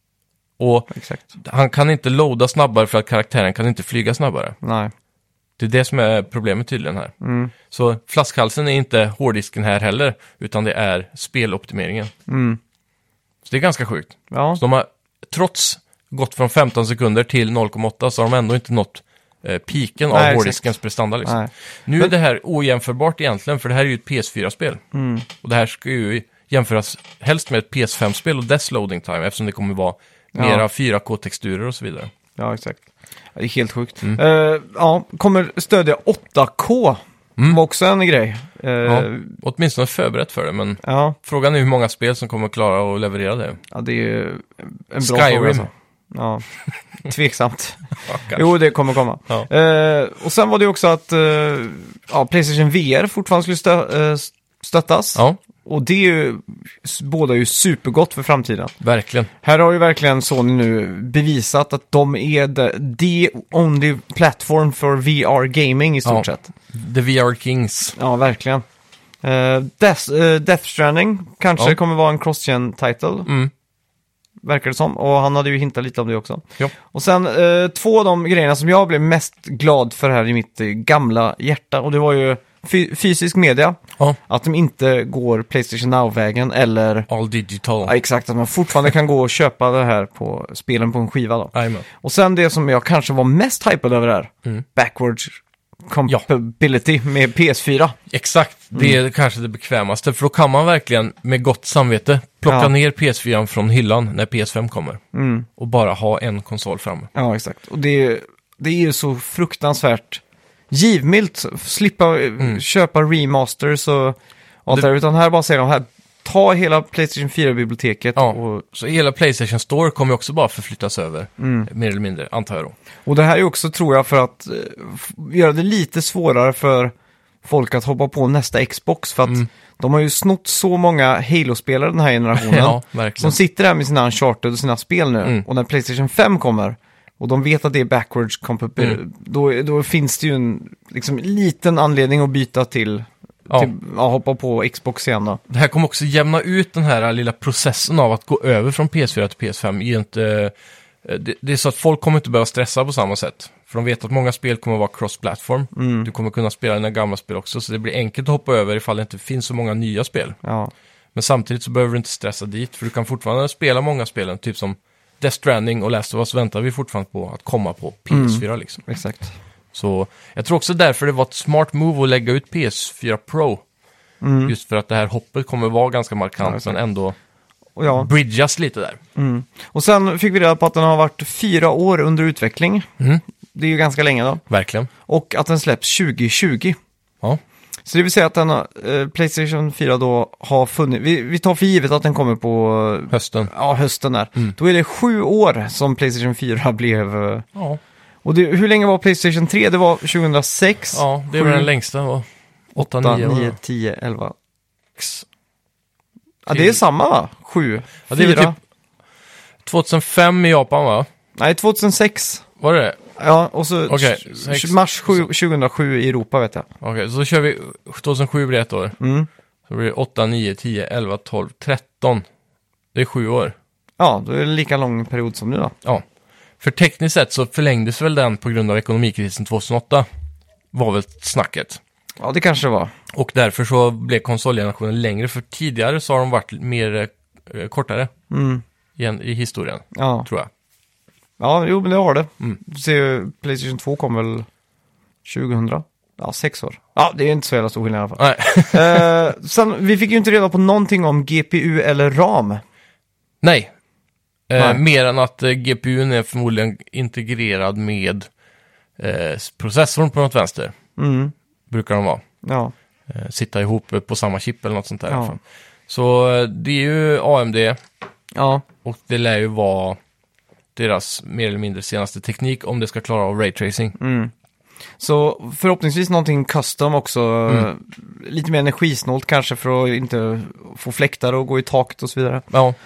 Och Exakt. han kan inte loada snabbare för att karaktären kan inte flyga snabbare. Nej. Det är det som är problemet tydligen här. Mm. Så flaskhalsen är inte hårddisken här heller, utan det är speloptimeringen. Mm. Så det är ganska sjukt. Ja. Så de har trots gått från femton sekunder till noll komma åtta så har de ändå inte nått eh, piken av Nej, hårddiskens exakt. prestanda. Liksom. Nej. Nu Men- är det här ojämförbart egentligen, för det här är ju ett P S fyra-spel. Mm. Och det här ska ju jämföras helst med ett P S fem-spel och dess loading time, eftersom det kommer vara Ja. mera fyra K-texturer och så vidare. Ja, exakt. Ja, det är helt sjukt. Mm. Eh, ja, kommer stödja åtta K. Mm. Var också en grej. Eh, Ja, ja. åtminstone förberett för det, men Ja, frågan är hur många spel som kommer klara att leverera det. det är ju en bra Skyrim. fråga. Alltså. Ja, tveksamt. kanske. Jo, det kommer komma. Ja. Eh, och sen var det ju också att eh, ja, PlayStation V R fortfarande skulle stö- eh, stöttas. Ja, Och det är ju, båda är ju supergott för framtiden. verkligen. Här har ju verkligen Sony nu bevisat att de är the, the only platform for V R gaming i stort Ja. sett. The V R Kings. Ja, verkligen. Uh, Death, uh, Death Stranding kanske Ja. kommer vara en cross-gen title, Mm. verkar det som. Och han hade ju hintat lite om det också. Ja. Och sen uh, två av de grejerna som jag blev mest glad för här i mitt uh, gamla hjärta. Och det var ju fy- fysisk media. Ja, Att de inte går PlayStation Now-vägen eller... all digital. Ja, exakt, att man fortfarande kan gå och köpa det här på spelen på en skiva då. Jajamän. Och sen det som jag kanske var mest hypad över här. Mm. Backwards compatibility med P S fyra. Exakt, det är kanske det bekvämaste. För då kan man verkligen med gott samvete plocka Ja. ner P S fyra från hyllan när P S fem kommer. Mm. Och bara ha en konsol framme. Ja, exakt. Och det är, det är ju så fruktansvärt givmilt. Slippa eh, köpa remasters och allt Mm. Det- det där. Utan här bara säger de här, ta hela PlayStation fyra-biblioteket. Ja. Och, Så hela PlayStation Store kommer ju också bara förflyttas över. Mm. Mer eller mindre, antar jag då. och det här är ju också, tror jag, för att eh, f- göra det lite svårare för folk att hoppa på nästa Xbox. För att Mm. de har ju snott så många Halo-spelare den här generationen. Ja, Som verkligen. sitter där med sina Uncharted och sina spel nu. Mm. Och när PlayStation fem kommer och de vet att det är backwards compatibility, Mm. då, då finns det ju en liksom, liten anledning att byta till, Ja. till ja, hoppa på Xbox igen då. Det här kommer också jämna ut den här lilla processen av att gå över från P S fyra till P S fem. I inte, det, det är så att folk kommer inte behöva stressa på samma sätt. För de vet att många spel kommer att vara cross-platform. Mm. Du kommer kunna spela dina gamla spel också. Så det blir enkelt att hoppa över ifall det inte finns så många nya spel. Ja. Men samtidigt så behöver du inte stressa dit. För du kan fortfarande spela många spelen. Typ som Death Stranding och Last of Us väntar vi fortfarande på att komma på P S fyra liksom. Exakt. Så jag tror också därför det var ett smart move att lägga ut P S fyra Pro. Mm. Just för att det här hoppet kommer vara ganska Ja, markant, exakt. men ändå Och, ja. bridgas lite där. Mm. Och sen fick vi reda på att den har varit fyra år under utveckling. Mm. Det är ju ganska länge då. Verkligen. Och att den släpps tjugo tjugo. Ja. Så det vill säga att den har, eh, PlayStation fyra då har funnit, vi, vi tar för givet att den kommer på Hösten. ja, hösten där. Mm. Då är det sju år som PlayStation fyra blev. eh, Ja, Och det, hur länge var PlayStation tre? Det var tjugohundrasex. ja det var Sju, den längsta. Va? åtta, åtta, nio. nio, tio, elva. Ja, det är samma va? sju, Ja, det är väl fyra. typ tjugohundrafem i Japan, va? Nej, tjugohundrasex. Var det det? Ja, och så Okej, tj- sex. mars sju, tjugohundrasju i Europa vet jag. Okej, så då kör vi tjugohundrasju blir ett år. Mm. Så blir det åtta, nio, tio, elva, tolv, tretton. Det är sju år. Ja, då är det en lika lång period som nu då. Ja. För tekniskt sett så förlängdes väl den på grund av ekonomikrisen tjugohundraåtta. Var väl snacket. Ja, det kanske det var. Och därför så blev konsolgenerationen längre. För tidigare så har de varit mer eh, kortare Mm. i, en, i historien, Ja. tror jag. Ja, jo, men det har det. Mm. Du ser ju, PlayStation två kom väl tjugohundra? Ja, sex år. Ja, det är inte så jävla stor skillnad i alla fall. Nej. eh, sen, vi fick ju inte reda på någonting om G P U eller RAM. Nej. Eh, Nej. Mer än att eh, G P U:n är förmodligen integrerad med eh, processorn på något vänster. Mm. Brukar de vara. Ja. Eh, sitta ihop på samma chip eller något sånt där. Ja. I alla fall. Så eh, det är ju A M D Ja. och det lär ju vara deras mer eller mindre senaste teknik om det ska klara av raytracing. Mm. Så förhoppningsvis någonting custom också. Mm. Lite mer energisnålt kanske för att inte få fläktar och gå i taket och så vidare. Ja,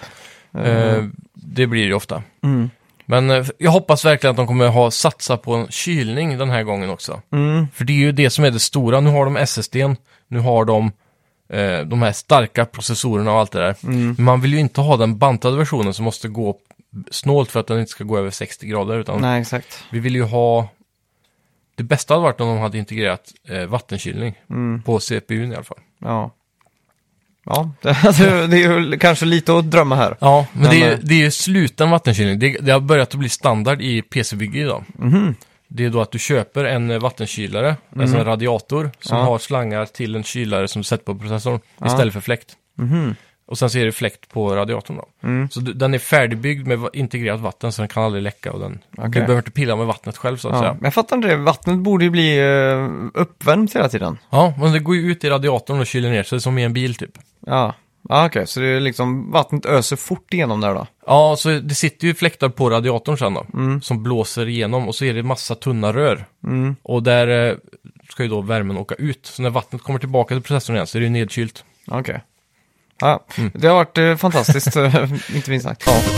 Eh, det blir det ju ofta. Mm. Men eh, jag hoppas verkligen att de kommer ha satsa på en kylning den här gången också. Mm. För det är ju det som är det stora. Nu har de S S D:n, nu har de eh, de här starka processorerna och allt det där. Mm. Men man vill ju inte ha den bantade versionen som måste gå snålt för att den inte ska gå över sextio grader. Utan Nej, exakt. vi vill ju ha... Det bästa hade varit om de hade integrerat eh, vattenkylning Mm. på C P U:n i alla fall. Ja. Ja, det, alltså, det är ju kanske lite att drömma här. Ja, men, Men, det, är, eh, det är ju sluten vattenkylning. Det, det har börjat att bli standard i P C-bygge idag. Mhm. Det är då att du köper en eh, vattenkylare, alltså en radiator, som Ja. har slangar till en kylare som du sätter på processorn Ja. istället för fläkt. Mhm. Och sen så är det fläkt på radiatorn då. Mm. Så du, den är färdigbyggd med va- integrerat vatten så den kan aldrig läcka. Och den, Okej. Du behöver inte pilla med vattnet själv så att Ja. säga. Men jag fattar inte det. Vattnet borde ju bli uh, uppvärmt hela tiden. Ja, men det går ju ut i radiatorn och kyler ner sig som i en bil typ. Ja, ah, okej. Så det är liksom vattnet öser fort igenom där då? Ja, så det sitter ju fläktar på radiatorn sen då. Mm. Som blåser igenom och så är det massa tunna rör. Mm. Och där eh, ska ju då värmen åka ut. Så när vattnet kommer tillbaka till processorn igen så är det ju nedkylt. Okej. Ja, Mm. det har varit eh, fantastiskt, eh, inte minst sagt. Ja.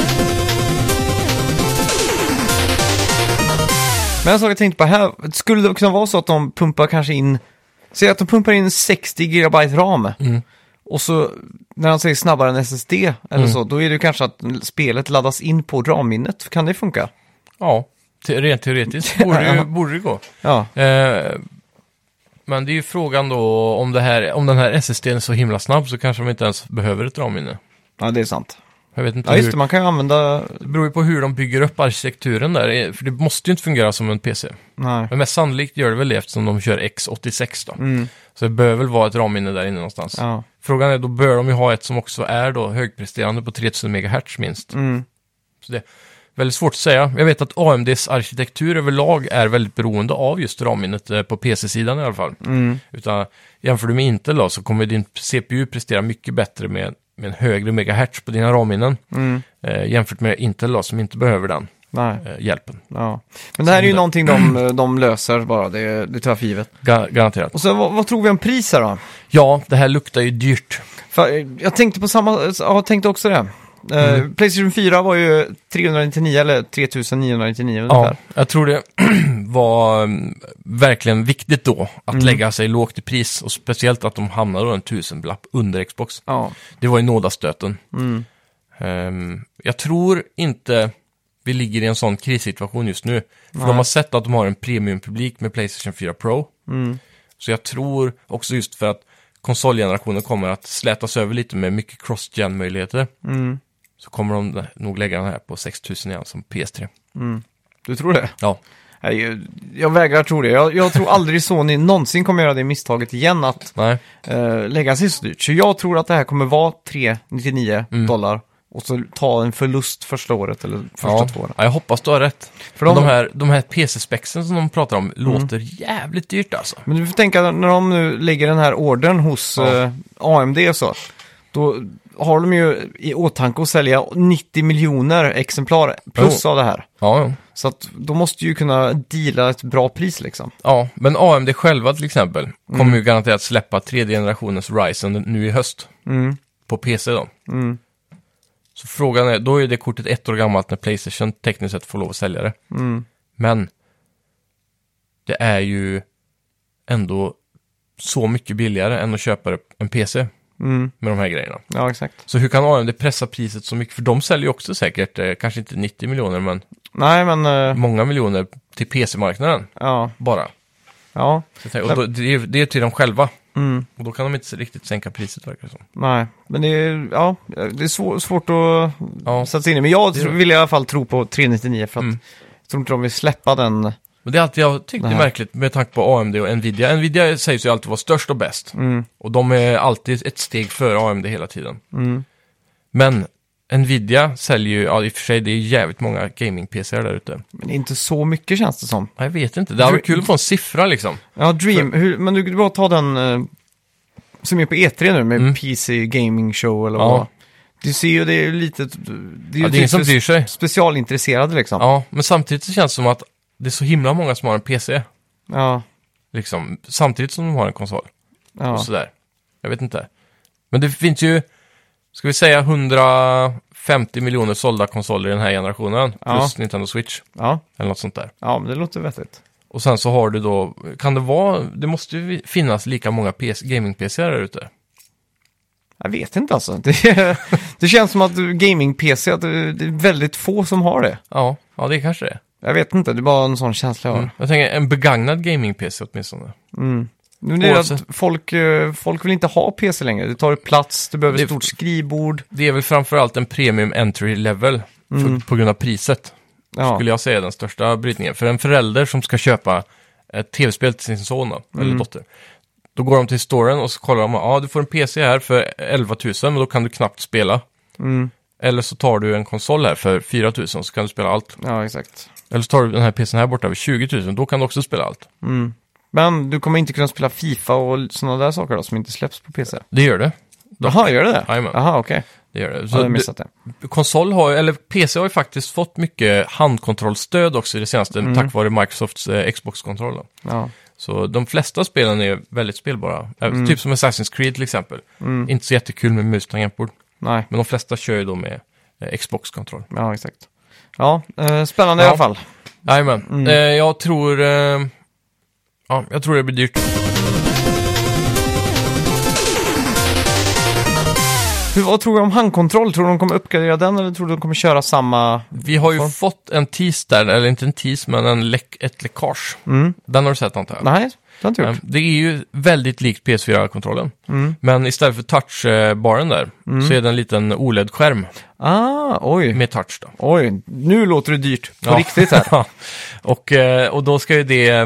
Men jag såg jag tänkte på här, skulle det kunna vara så att de pumpar kanske in, säg att de pumpar in sextio gigabyte ram Mm. och så när han säger snabbare än S S D eller Mm. så, då är det ju kanske att spelet laddas in på ramminnet. Kan det funka? Ja, te- rent teoretiskt borde, det, borde det gå. Ja, Eh, men det är ju frågan då om, det här, om den här S S D:n är så himla snabb så kanske de inte ens behöver ett ramminne. ja det är sant. Jag vet inte Ja just hur. det, man kan ju använda, Det beror ju på hur de bygger upp arkitekturen där. Eh, För det måste ju inte fungera som en P C. nej. Men mest sannolikt gör det väl det eftersom de kör X åttiosex då. Mm. Så det behöver väl vara ett ramminne där inne någonstans. Ja. Frågan är, då bör de ju ha ett som också är då högpresterande på tretusen megahertz minst. Mm. Så det är väldigt svårt att säga. Jag vet att A M D:s arkitektur överlag är väldigt beroende av just ramminnet eh, på P C-sidan i alla fall. Mm. Utan jämför du med Intel då, så kommer din C P U prestera mycket bättre med, med en högre megahertz på dina ramminnen. Mm. Eh, jämfört med Intel då, som inte behöver den Nej. eh, hjälpen. Ja. Men det här är ju någonting de, de löser bara, det, det tar jag för givet. Ga- garanterat. Och så vad, vad tror vi om pris här då? Ja, det här luktar ju dyrt. För, eh, jag tänkte på samma, jag tänkte också det. Eh, Mm. PlayStation fyra var ju trehundranittionio eller tre tusen niohundranittionio Ja, ungefär. jag tror det var um, verkligen viktigt då att Mm. lägga sig lågt i pris. Och speciellt att de hamnade då en tusenlapp under Xbox. Ja. Det var ju nådastöten. Mm. Ehm, jag tror inte vi ligger i en sån krissituation just nu. För Nej. de har sett att de har en premiumpublik med PlayStation fyra Pro. Mm. Så jag tror också just för att konsolgenerationen kommer att slätas över lite med mycket cross-gen-möjligheter. Mm. Så kommer de nog lägga den här på sex tusen igen som P S tre. Mm. Du tror det? Ja, Nej, jag, jag vägrar tro det. Jag, jag tror aldrig Sony någonsin kommer göra det misstaget igen att nej. eh, lägga sig så dyrt. Så jag tror att det här kommer vara trehundranittionio Mm. dollar och så ta en förlust första året eller första Ja. två åren. ja, jag hoppas du har rätt. För För de- de, här, de här P C-spexen som de pratar om låter jävligt dyrt alltså. Men du får tänka när de nu lägger den här ordern hos Ja. eh, A M D och så. Då har de ju i åtanke att sälja nittio miljoner exemplar plus av det här. Ja, ja. Så att de måste ju kunna deala ett bra pris liksom. ja, men A M D själva till exempel kommer Mm. ju garanterat släppa tredje generationens Ryzen nu i höst. Mm. På P C då. Mm. Så frågan är, då är det kortet ett år gammalt när PlayStation tekniskt sett får lov att sälja det. Mm. Men det är ju ändå så mycket billigare än att köpa en P C Mm. med de här grejerna. Ja, exakt. Så hur kan A M D pressa priset så mycket? För de säljer ju också säkert, eh, kanske inte nittio miljoner, men Nej, men eh, många miljoner till P C-marknaden ja. bara. Ja. Så jag tänker, och då, det, är, det är till dem själva. Mm. Och då kan de inte riktigt sänka priset, verkar det som. Nej, men det är, ja, det är svår, svårt att Ja. sätta sig in i. Men jag Det- tro- vill i alla fall tro på trehundranittionio för att Mm. jag tror inte de vill släppa den. Men det är alltid jag tyckte Nej. är märkligt med tanke på A M D och Nvidia. Nvidia sägs ju alltid vara störst och bäst. Mm. Och de är alltid ett steg före A M D hela tiden. Mm. Men Nvidia säljer ju, ja i och för sig det är jävligt många gaming-P C där ute. Men det är inte så mycket känns det som. Ja, jag vet inte, det hade varit kul att få en siffra liksom. Ja, Dream, hur, men du kan bara ta den eh, som är på E tre nu med Mm. P C Gaming Show eller Ja. vad. Du ser ju, det är ju lite, det är ju Ja, det är ingen typ som för bryr sig. specialintresserade liksom. Ja, men samtidigt så känns det som att det är så himla många som har en P C. Ja, Liksom, samtidigt som de har en konsol. ja. Och sådär. Jag vet inte. Men det finns ju ska vi säga hundrafemtio miljoner sålda konsoler i den här generationen. Ja. Plus Nintendo Switch. Ja, Eller något sånt där. ja men det låter vettigt. Och sen så har du då, kan det vara, det måste ju finnas lika många P C, gaming-P C där ute. Jag vet inte alltså. Det, det känns som att gaming-P C, att det, det är väldigt få som har det. Ja, ja det kanske det är. Jag vet inte, det är bara en sån känsla jag har. Mm. Jag tänker en begagnad gaming-P C åtminstone. Mm. Nu är det Oavsett. att folk, eh, folk vill inte ha P C längre. Det tar plats, du behöver Det- ett stort skrivbord. Det är väl framförallt en premium entry level Mm. för, på grund av priset. Ja. Skulle jag säga den största brytningen. För en förälder som ska köpa ett tv-spel till sin son då, eller Mm. dotter. Då går de till storen och så kollar de, ja ah, du får en P C här för elva tusen, men då kan du knappt spela. Mm. Eller så tar du en konsol här för fyra tusen, så kan du spela allt. Ja, exakt. Eller så tar du den här P C:n här borta för tjugo tusen, då kan du också spela allt. Mm. Men du kommer inte kunna spela FIFA och sådana där saker då, som inte släpps på P C? Det gör det. Jaha, gör det det? Jajamän. Jaha, okej. Det gör det. Ja, Så jag har missat det. det- konsol har, eller P C har ju faktiskt fått mycket handkontrollstöd också i det senaste, Mm. tack vare Microsofts eh, Xbox-kontroll då. Ja. Så de flesta spelen är väldigt spelbara. Eh, Mm. Typ som Assassin's Creed till exempel. Inte så jättekul med mus och tangentbord. Nej, Men de flesta kör ju då med eh, Xbox-kontroll. ja exakt. Ja, eh, spännande Ja. i alla fall. Jajamän. Mm. Eh, jag tror... Eh, ja, jag tror det blir dyrt. Hur, vad tror du om handkontroll? Tror du de kommer uppgradera den eller tror du de kommer köra samma? Vi har ju Varför? fått en tease där, eller inte en tease, men en läck, ett läckage. Mm. Den har du sett antar jag? Nej, det har jag inte Eh, gjort. Det är ju väldigt likt P S fyra-kontrollen. Mm. Men istället för touchbaren där, så är det en liten O L E D-skärm Ah, oj. med touch då. Oj, nu låter det dyrt. På Ja. riktigt här. Ja. och, eh, och då ska ju det eh,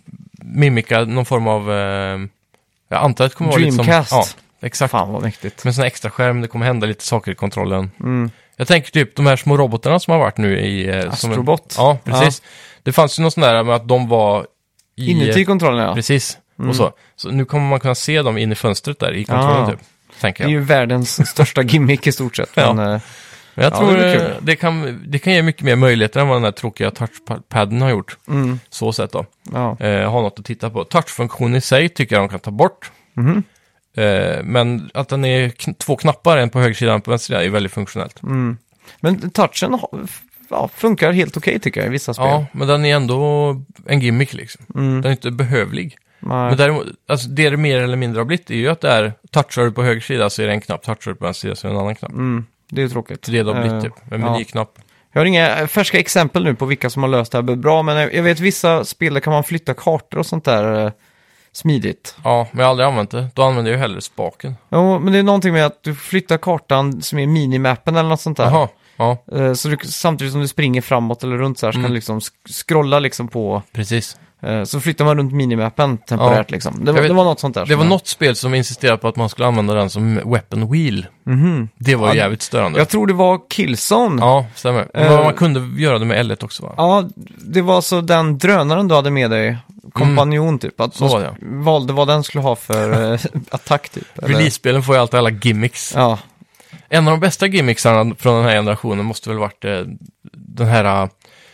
mimika någon form av... eh, Jag antar att det kommer vara lite som... Dreamcast. Ja, exakt. Fan vad mäktigt. Med en sån här extra skärm, det kommer hända lite saker i kontrollen. Mm. Jag tänker typ de här små robotarna som har varit nu i... eh, som en- Astrobot. Ja, precis. Det fanns ju något sånt där med att de var i... Inuti kontrollen, ja. Precis, Mm. och så. Så nu kommer man kunna se dem in i fönstret där i kontrollen Ah. typ. Tänker Det är jag. ju världens största gimmick i stort sett. Ja. Men, eh, Men jag Ja, tror det blir det, kul. det, kan, det kan ge mycket mer möjligheter än vad den här tråkiga touchpadden har gjort. mm, Så sett då. ja. Eh, ha något att titta på. Touchfunktion i sig tycker jag de kan ta bort. Mhm. Eh, men att den är kn- två knappar, en på högersidan och en på vänstersidan, är väldigt funktionellt. Mm. Men touchen ha- ja, funkar helt okej tycker jag i vissa spel. Ja, men den är ändå en gimmick liksom. Mm. Den är inte behövlig. Nej. Men däremot, alltså det det mer eller mindre har blivit är ju att det är touchar du på höger sida så är det en knapp, touchar du på vänster sida så är det en annan knapp. Mm. Det är ju tråkigt. Så det har blivit Eh, typ, en ja. menyknapp. Jag har inga färska exempel nu på vilka som har löst det här bra, men jag vet vissa spel där kan man flytta kartor och sånt där eh, smidigt. Ja, men jag har aldrig använt det. Då använder jag ju hellre spaken. Jo, men det är någonting med att du flyttar kartan som är minimappen eller något sånt där. Jaha, ja, Eh, Så du, samtidigt som du springer framåt eller runt så här så Mm. kan du liksom sk- scrolla liksom på, precis. eh, så flyttar man runt minimappen temporärt liksom. Det var, Jag vet- det var något sånt där. Det som var jag- något spel som insisterade på att man skulle använda den som weapon wheel. Mhm. Det var ju Ja, jävligt störande. Jag tror det var Killzone. Ja, stämmer. Men Eh, man kunde göra det med L ett också va? Ja, det var så den drönaren du hade med dig, kompanjon typ, att Så man var det, sk- valde vad den skulle ha för eh, attack typ. eller- Release-spelen får ju alltid alla gimmicks. Ja, En av de bästa gimmicksarna från den här generationen måste väl varit eh, den här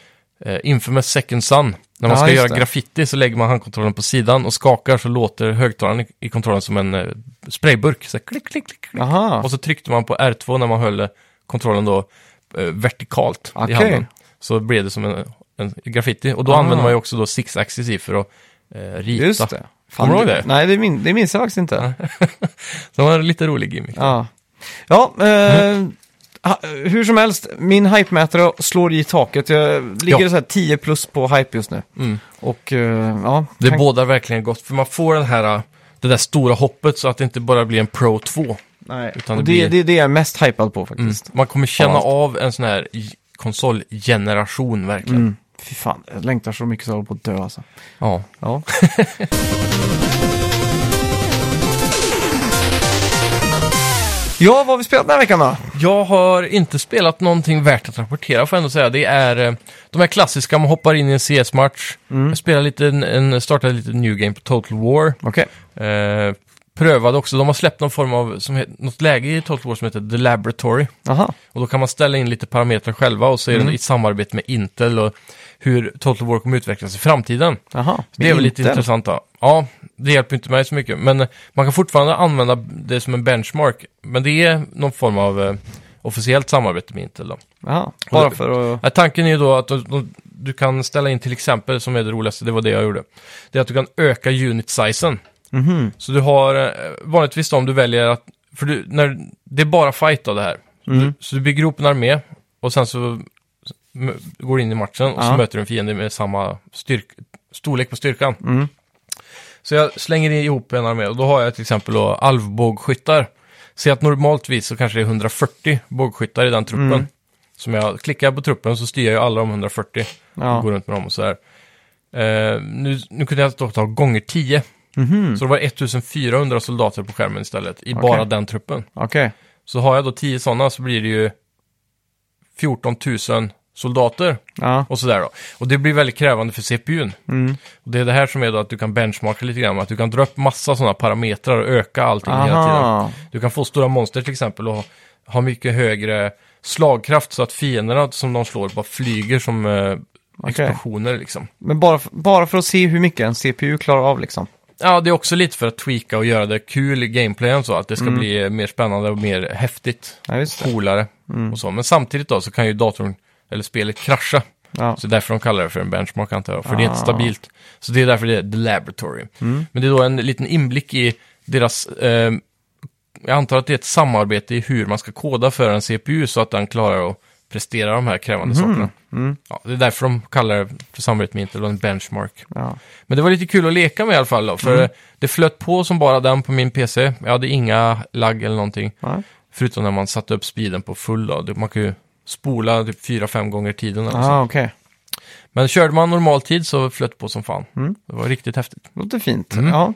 eh, Infamous Second Son. När man Ja, ska just göra det. graffiti så lägger man handkontrollen på sidan och skakar så låter högtalaren i, i kontrollen som en eh, sprayburk. Så här, klick, klick, klick, klick. aha. Och så tryckte man på R två när man höll eh, kontrollen då eh, vertikalt Okej. i handen. Så blev det som en, en graffiti. Och då Ah. använder man ju också då six-axis i för att eh, rita. Just det. Kommer du ihåg det? Nej, det, min, det minns jag faktiskt inte. Så det var en lite rolig gimmick. Ja, ja eh, ha- hur som helst, min hype-mätare slår i taket. Jag ligger Ja. så här tio plus på hype just nu. Mm. Och eh, ja, Det kan- bådar verkligen gott, för man får den här, äh, det där stora hoppet så att det inte bara blir en Pro två. nej. utan Och det det, blir- det är det jag är mest hypad på Mm. faktiskt. Man kommer känna Ja. av en sån här j- konsolgeneration verkligen. Mm. Fy fan, jag längtar så mycket så jag håller på att dö alltså. Ja. Ja. Ja, vad har vi spelat den här veckan då? Jag har inte spelat någonting värt att rapportera får jag ändå säga. Det är eh, de här klassiska, man hoppar in i en C S-match. Mm. Jag spelade lite, en, en, startade lite new game på Total War. Okej. Eh, prövade också, de har släppt någon form av, som het, något läge i Total War som heter The Laboratory. Aha. Och då kan man ställa in lite parametrar själva och så är Mm. det i samarbete med Intel och hur Total War kommer utvecklas i framtiden. Aha. Det är väl lite Intel. intressant då. Ja, det hjälper inte mig så mycket. Men eh, man kan fortfarande använda det som en benchmark. Men det är någon form av eh, officiellt samarbete med Intel då. Jaha, bara för att... Ja, tanken är ju då att du, du, du kan ställa in till exempel, som är det roligaste, det var det jag gjorde. Det är att du kan öka unit-sizen. Mhm. Så du har eh, vanligtvis då, om du väljer att, för du, när, det är bara fight av det här. Mm. Du, så du bygger upp en armé och sen så m- går du in i matchen och Ja. så möter du en fiende med samma styrk, storlek på styrkan. Mm. Så jag slänger ihop en armé och då har jag till exempel då alvbågskyttar. Så att normaltvis så kanske det är hundrafyrtio bågskyttar i den truppen. Mm. Som jag klickar på truppen så styr jag alla de hundrafyrtio Ja. och går runt med dem och sådär. Eh, nu, nu kunde jag då ta gånger tio. Mhm. Så det var ettusenfyrahundra soldater på skärmen istället, i Okej. bara den truppen. Okej. Så har jag då tio sådana så blir det ju fjorton tusen soldater Ja. och sådär då. Och det blir väldigt krävande för C P U:n. Mm. Och det är det här som är då att du kan benchmarka lite grann, att du kan dra upp massa sådana parametrar och öka allting hela tiden. Aha. Du kan få stora monster till exempel och ha, ha mycket högre slagkraft så att fienderna som de slår bara flyger som eh, explosioner liksom. Men bara, f- bara för att se hur mycket en C P U klarar av liksom. Ja, det är också lite för att tweaka och göra det kul i gameplayen så att det ska Mm. bli eh, mer spännande och mer häftigt, Ja, just det. coolare Mm. och så. Men samtidigt då så kan ju datorn eller spelet krascha. Ja. Så därför de kallar det för en benchmark antar jag, för det är inte Ah. stabilt. Så det är därför det är The Laboratory. Mm. Men det är då en liten inblick i deras, eh, jag antar att det är ett samarbete i hur man ska koda för en C P U så att den klarar att prestera de här krävande sakerna. Mm. Ja, det är därför de kallar det för samarbete med Intel och en benchmark. Ja. Men det var lite kul att leka med i alla fall då, för Mm. det flöt på som bara den på min P C. Jag hade inga lagg eller någonting, Ja. förutom när man satte upp speeden på full då. Det- Man kan ju spola typ fyra, fem gånger tiden eller så. Ah, okej. Men körde man normal tid så flöt det på som fan. Mm. Det var riktigt häftigt. Låter fint. Mm. Ja.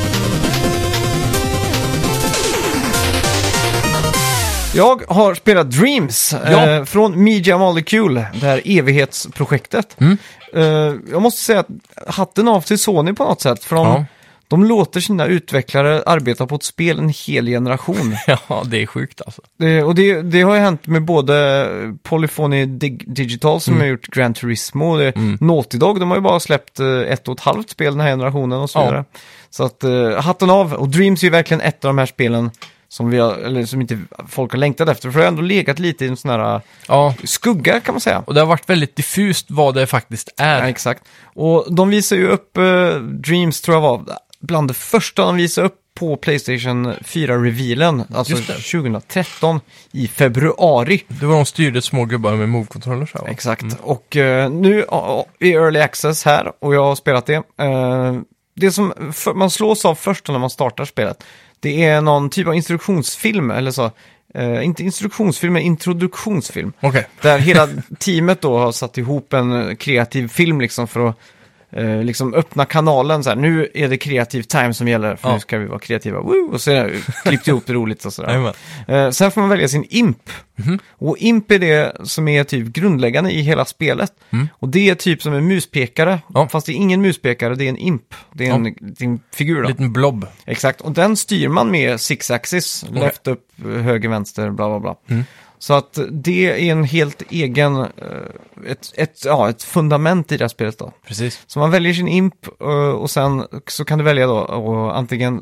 Jag har spelat Dreams Ja. eh, från Media Molecule, det här evighetsprojektet. Mm. Eh, jag måste säga att hatten av till Sony på något sätt, för de, Ja. de låter sina utvecklare arbeta på ett spel en hel generation. Ja, det är sjukt alltså. Eh, och det, det har ju hänt med både Polyphony Dig- Digital som Mm. har gjort Gran Turismo och det, Mm. Naughty Dog, de har ju bara släppt eh, ett och ett halvt spel den här generationen och så Ja. vidare. Så att eh, hatten av, och Dreams är ju verkligen ett av de här spelen som vi har, eller som inte folk har längtat efter, för det har ändå legat lite i en sån här Ja, skugga kan man säga. och det har varit väldigt diffust vad det faktiskt är. Ja, exakt. Och de visar ju upp eh, Dreams, tror jag var bland det första de visade upp på PlayStation fyra-revealen, alltså Just det. tjugohundratretton i februari. Det var de styrde små gubbar med move-controller så här, va? Exakt. Och eh, nu ja, är Early Access här och jag har spelat det. Eh, det som för, man slås av först när man startar spelet, det är någon typ av instruktionsfilm, eller så. Eh, inte instruktionsfilm, men introduktionsfilm. Okej. Där hela teamet då har satt ihop en kreativ film liksom för att eh, liksom öppna kanalen så här. Nu är det kreativ time som gäller, för Ja. nu ska vi vara kreativa. Woo! Och så är det klippt ihop det roligt och sådär. Jajamän. Eh, sen får man välja sin imp. Mhm. Och imp är det som är typ grundläggande i hela spelet. Mm. Och det är typ som en muspekare. Ja. Fast det är ingen muspekare, det är en imp. Det är en, det är en figur då. En liten blob. Exakt, och den styr man med six-axis. Okej. Left, upp, höger, vänster, bla bla bla. Mm. Så att det är en helt egen, eh, ett, ett, ja, ett fundament i det här spelet då. Precis. Så man väljer sin imp eh, och sen så kan du välja då och antingen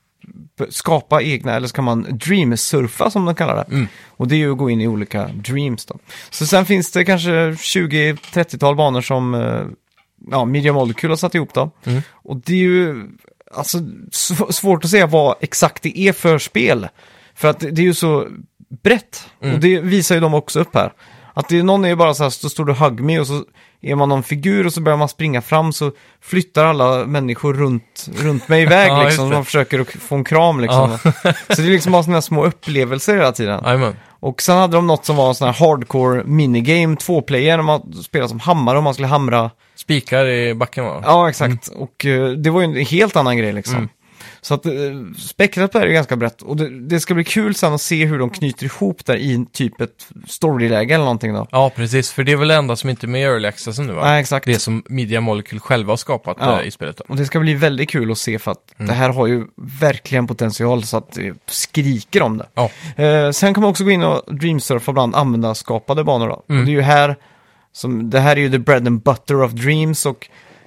b- skapa egna, eller så kan man dream-surfa som de kallar det. Mm. Och det är ju att gå in i olika dreams då. Så sen finns det kanske tjugo trettio-tal banor som eh, ja, Media Molecule har satt ihop då. Mm. Och det är ju alltså sv- svårt att säga vad exakt det är för spel. För att det det är ju så brett. Mm. Och det visar ju de också upp här. Att det är någon är ju bara så här, så står det hug me och så är man någon figur och så börjar man springa fram så flyttar alla människor runt, runt mig iväg Ja, just liksom. det. Man försöker att få en kram liksom. Så det är liksom bara sådana här små upplevelser hela tiden. Jajamän. Och sen hade de något som var en sån här hardcore minigame, två-player, man spelar som hammare och man skulle hamra. Spikar i backen, va? Ja, exakt. Och eh, det var ju en helt annan grej liksom. Mm. Så att eh, spektrat är ju ganska brett. Och det, det ska bli kul sen att se hur de knyter ihop där i typ ett storyläge eller någonting då. Ja, precis. För det är väl det enda som inte är med i Early Access nu, va? Nej, exakt. Det som Media Molecule själva har skapat Ja. eh, i spelet. Då. Och det ska bli väldigt kul att se för att Mm. det här har ju verkligen potential så att det skriker om det. Ja. Eh, sen kan man också gå in och dreamsurfa bland användarskapade banor då. Mm. Och det är ju här, som, det här är ju the bread and butter of dreams och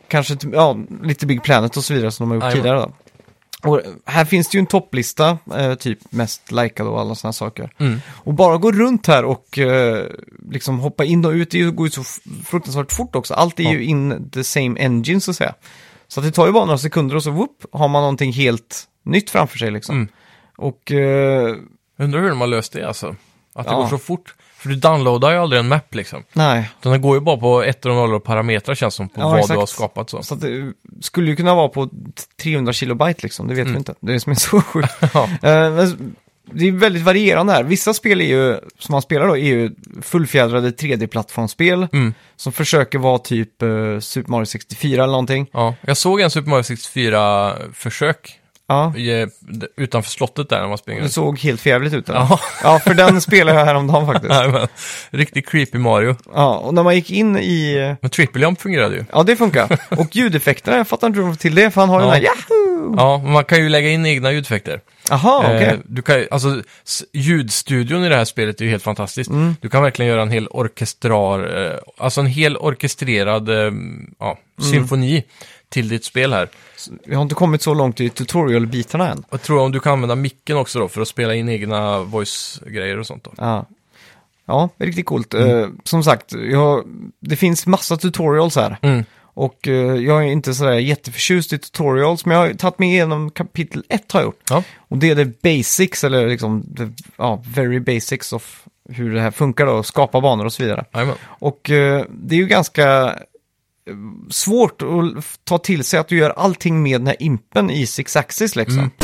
kanske t- ja, lite Big Planet och så vidare som de har gjort Jajamän. tidigare då. Och här finns det ju en topplista, eh, typ mest likade och alla sådana saker. Mm. Och bara gå runt här och eh, liksom hoppa in och ut, det går ju så f- fruktansvärt fort också. Allt är Ja. ju in the same engine så att säga. Så att det tar ju bara några sekunder och så whoop, har man någonting helt nytt framför sig liksom. Mm. Och eh, Jag undrar hur de har löst det alltså. Att det Ja. går så fort. För du downloadar ju aldrig en map liksom. nej, Utan den går ju bara på ettor och nollor och parametrar känns som på Ja, vad exakt. du har skapat så. så att det skulle ju kunna vara på trehundra kilobyte liksom, det vet Mm. vi inte. Det är det som är så sjukt. Ja. Eh, men det är väldigt varierande här. Vissa spel är ju, som man spelar då, är ju fullfjädrade tre D-plattformsspel Mm. som försöker vara typ eh, Super Mario sextiofyra eller någonting. Ja, jag såg en Super Mario sextiofyra-försök Ja, i, utanför slottet där när man springer. det såg helt förjävligt ut. Eller? Ja, Ja, för den spelar jag häromdagen faktiskt. nej, men, riktigt creepy Mario. Ja, och när man gick in i... Men Triple Jump fungerade ju. Ja, det funkar. Och ljudeffekterna, jag fattar inte hur de får till det, för han har ju Ja. den här Yahoo! Ja, men man kan ju lägga in egna ljudeffekter. Jaha, okej. Eh, du kan, ju- alltså, s- ljudstudion i det här spelet är ju helt fantastiskt. Mm. Du kan verkligen göra en hel orkestrar, eh, alltså en hel orkestrerad eh, ja, Mm. symfoni till ditt spel här. Vi har inte kommit så långt i tutorial-bitarna än. Jag tror om du kan använda micken också då för att spela in egna voice-grejer och sånt då. Ja, ja riktigt coolt. Mm. Eh, som sagt, jag, det finns massa tutorials här. Mm. Och eh, jag är inte sådär jätteförtjust i tutorials, men jag har tagit mig igenom kapitel ett har jag gjort. Ja. Och det är det basics, eller liksom, the, ja, very basics of hur det här funkar då, skapa banor och så vidare. Jajamän. Och eh, det är ju ganska eh, svårt att f- ta till sig att du gör allting med den här impen i six axis liksom. Mm.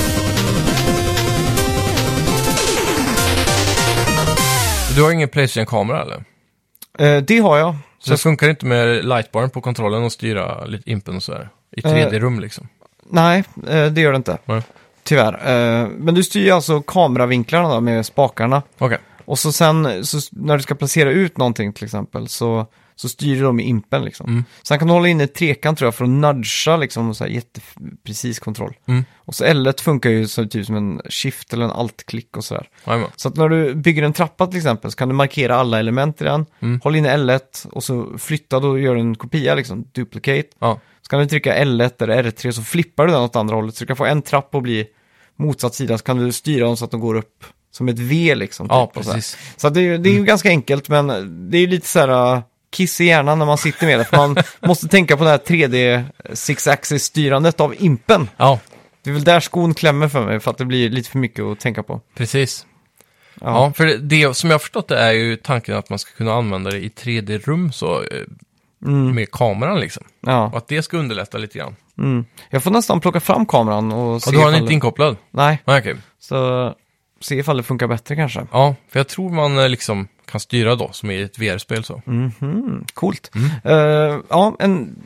Du har ingen PlayStation-kamera eller? Eh, det har jag. Så det funkar inte med lightbaren på kontrollen och styra lite impen och sådär? I tre D-rum liksom? Nej, eh, det gör det inte. Nej. Tyvärr. Eh, men du styr alltså kameravinklarna då med spakarna. Okej. Och så sen, så när du ska placera ut någonting till exempel, så, så styr du dem med impen liksom. Mm. Sen kan du hålla inne ett trekant tror jag för att nudga liksom, så här jätteprecis kontroll. Mm. Och så L ett funkar ju så typ som en shift eller en alt-klick och sådär. Jajamän. Så att när du bygger en trappa till exempel så kan du markera alla element i den. Mm. Håll inne L ett och så flytta, då gör du en kopia liksom, duplicate. Ja. Så kan du trycka L ett eller R tre så flippar du den åt andra hållet. Så du kan få en trapp och bli motsatt sida, så kan du styra dem så att de går upp som ett V liksom. Ja, typ, och så här. precis. Så att det, är- det är ju ganska enkelt, men det är ju lite så här uh, kiss i hjärnan när man sitter med det. För man måste tänka på det här tre D six-axis-styrandet av impen. Ja, Det är väl där skon klämmer för mig, för att det blir lite för mycket att tänka på. precis. Ja, Ja, för det, det som jag har förstått det är ju tanken att man ska kunna använda det i tre D-rum så eh, mm, med kameran liksom. ja. Och att det ska underlätta lite grann. Mm. Jag får nästan plocka fram kameran och se Och du har den ifall inte det... inkopplad? Nej, Nej, okej. så se ifall det funkar bättre kanske. Ja, för jag tror man eh, liksom kan styra då, som i ett V R-spel så. Mhm, coolt. Mm. Eh, ja, en,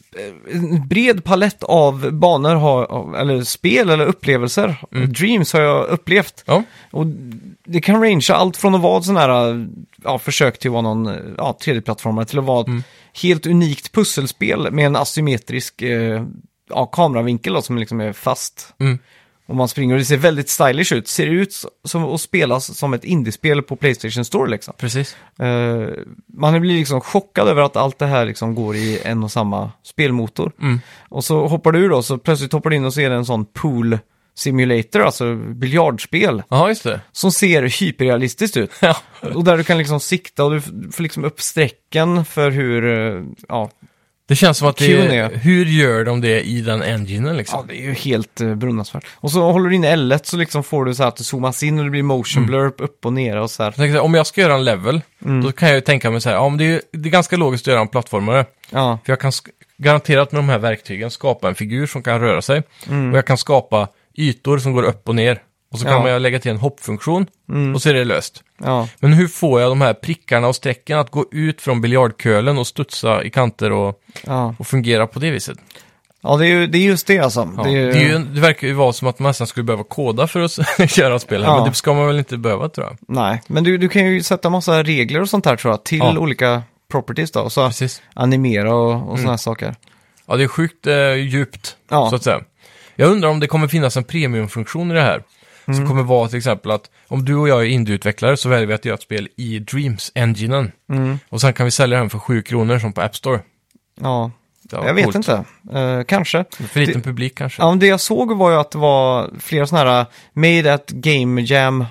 en bred palett av banor, har, eller spel eller upplevelser. Mm. Dreams har jag upplevt. Ja, Och det kan rangea allt från att vara sån här, ja, försök till att vara någon ja, tre D-plattformare till att vara Mm. ett helt unikt pusselspel med en asymmetrisk eh, ja, kameravinkel då, som liksom är fast. mm. Och man springer och det ser väldigt stylish ut. Ser ut som att spelas som ett indiespel på PlayStation Store liksom. precis. Eh, man blir liksom chockad över att allt det här liksom går i en och samma spelmotor. Mm. Och så hoppar du ur då, så plötsligt hoppar du in och ser en sån pool simulator, alltså biljardspel, Ja, just det. som ser hyperrealistiskt ut. Ja, Och där du kan liksom sikta och du f- får liksom upp strecken för hur, eh, ja, det känns som att det Q and är, A. hur gör de det i den enginen liksom? ja det är ju helt uh, brunnansvärt. Och så håller du in L ett så liksom får du så här att du zoomas in och det blir motion blur upp och ner och så här. Jag tänker så här, om jag ska göra en level, Mm. då kan jag ju tänka mig så här, ja men det är, det är ganska logiskt att göra en plattformare. Ja, För jag kan sk- garanterat med de här verktygen skapa en figur som kan röra sig. Mm. Och jag kan skapa ytor som går upp och ner. Och så kan Ja. man lägga till en hoppfunktion Mm. och så är det löst. ja, Men hur får jag de här prickarna och strecken att gå ut från biljardkölen och studsa i kanter och, ja. och fungera på det viset? Ja, det är ju det är just det alltså. Ja. Det Det, är, är ju, det verkar ju vara som att man nästan skulle behöva koda för att göra spel här, Ja. men det ska man väl inte behöva tror jag. Nej, men du, du kan ju sätta massa regler och sånt här tror jag, till Ja. olika properties då. Och så Precis. animera och, och såna här saker. Ja, det är sjukt eh, djupt, Ja. så att säga. Jag undrar om det kommer finnas en premiumfunktion i det här. Mm. Som kommer vara till exempel att om du och jag är indieutvecklare så väljer vi att göra ett spel i Dreams-enginen. Mm. Och sen kan vi sälja den för sju kronor som på App Store. Ja, Det var Jag vet coolt. inte. Uh, kanske. För liten Det- publik kanske. Ja, men det jag såg var ju att det var flera sådana här Made at Game Jam eh,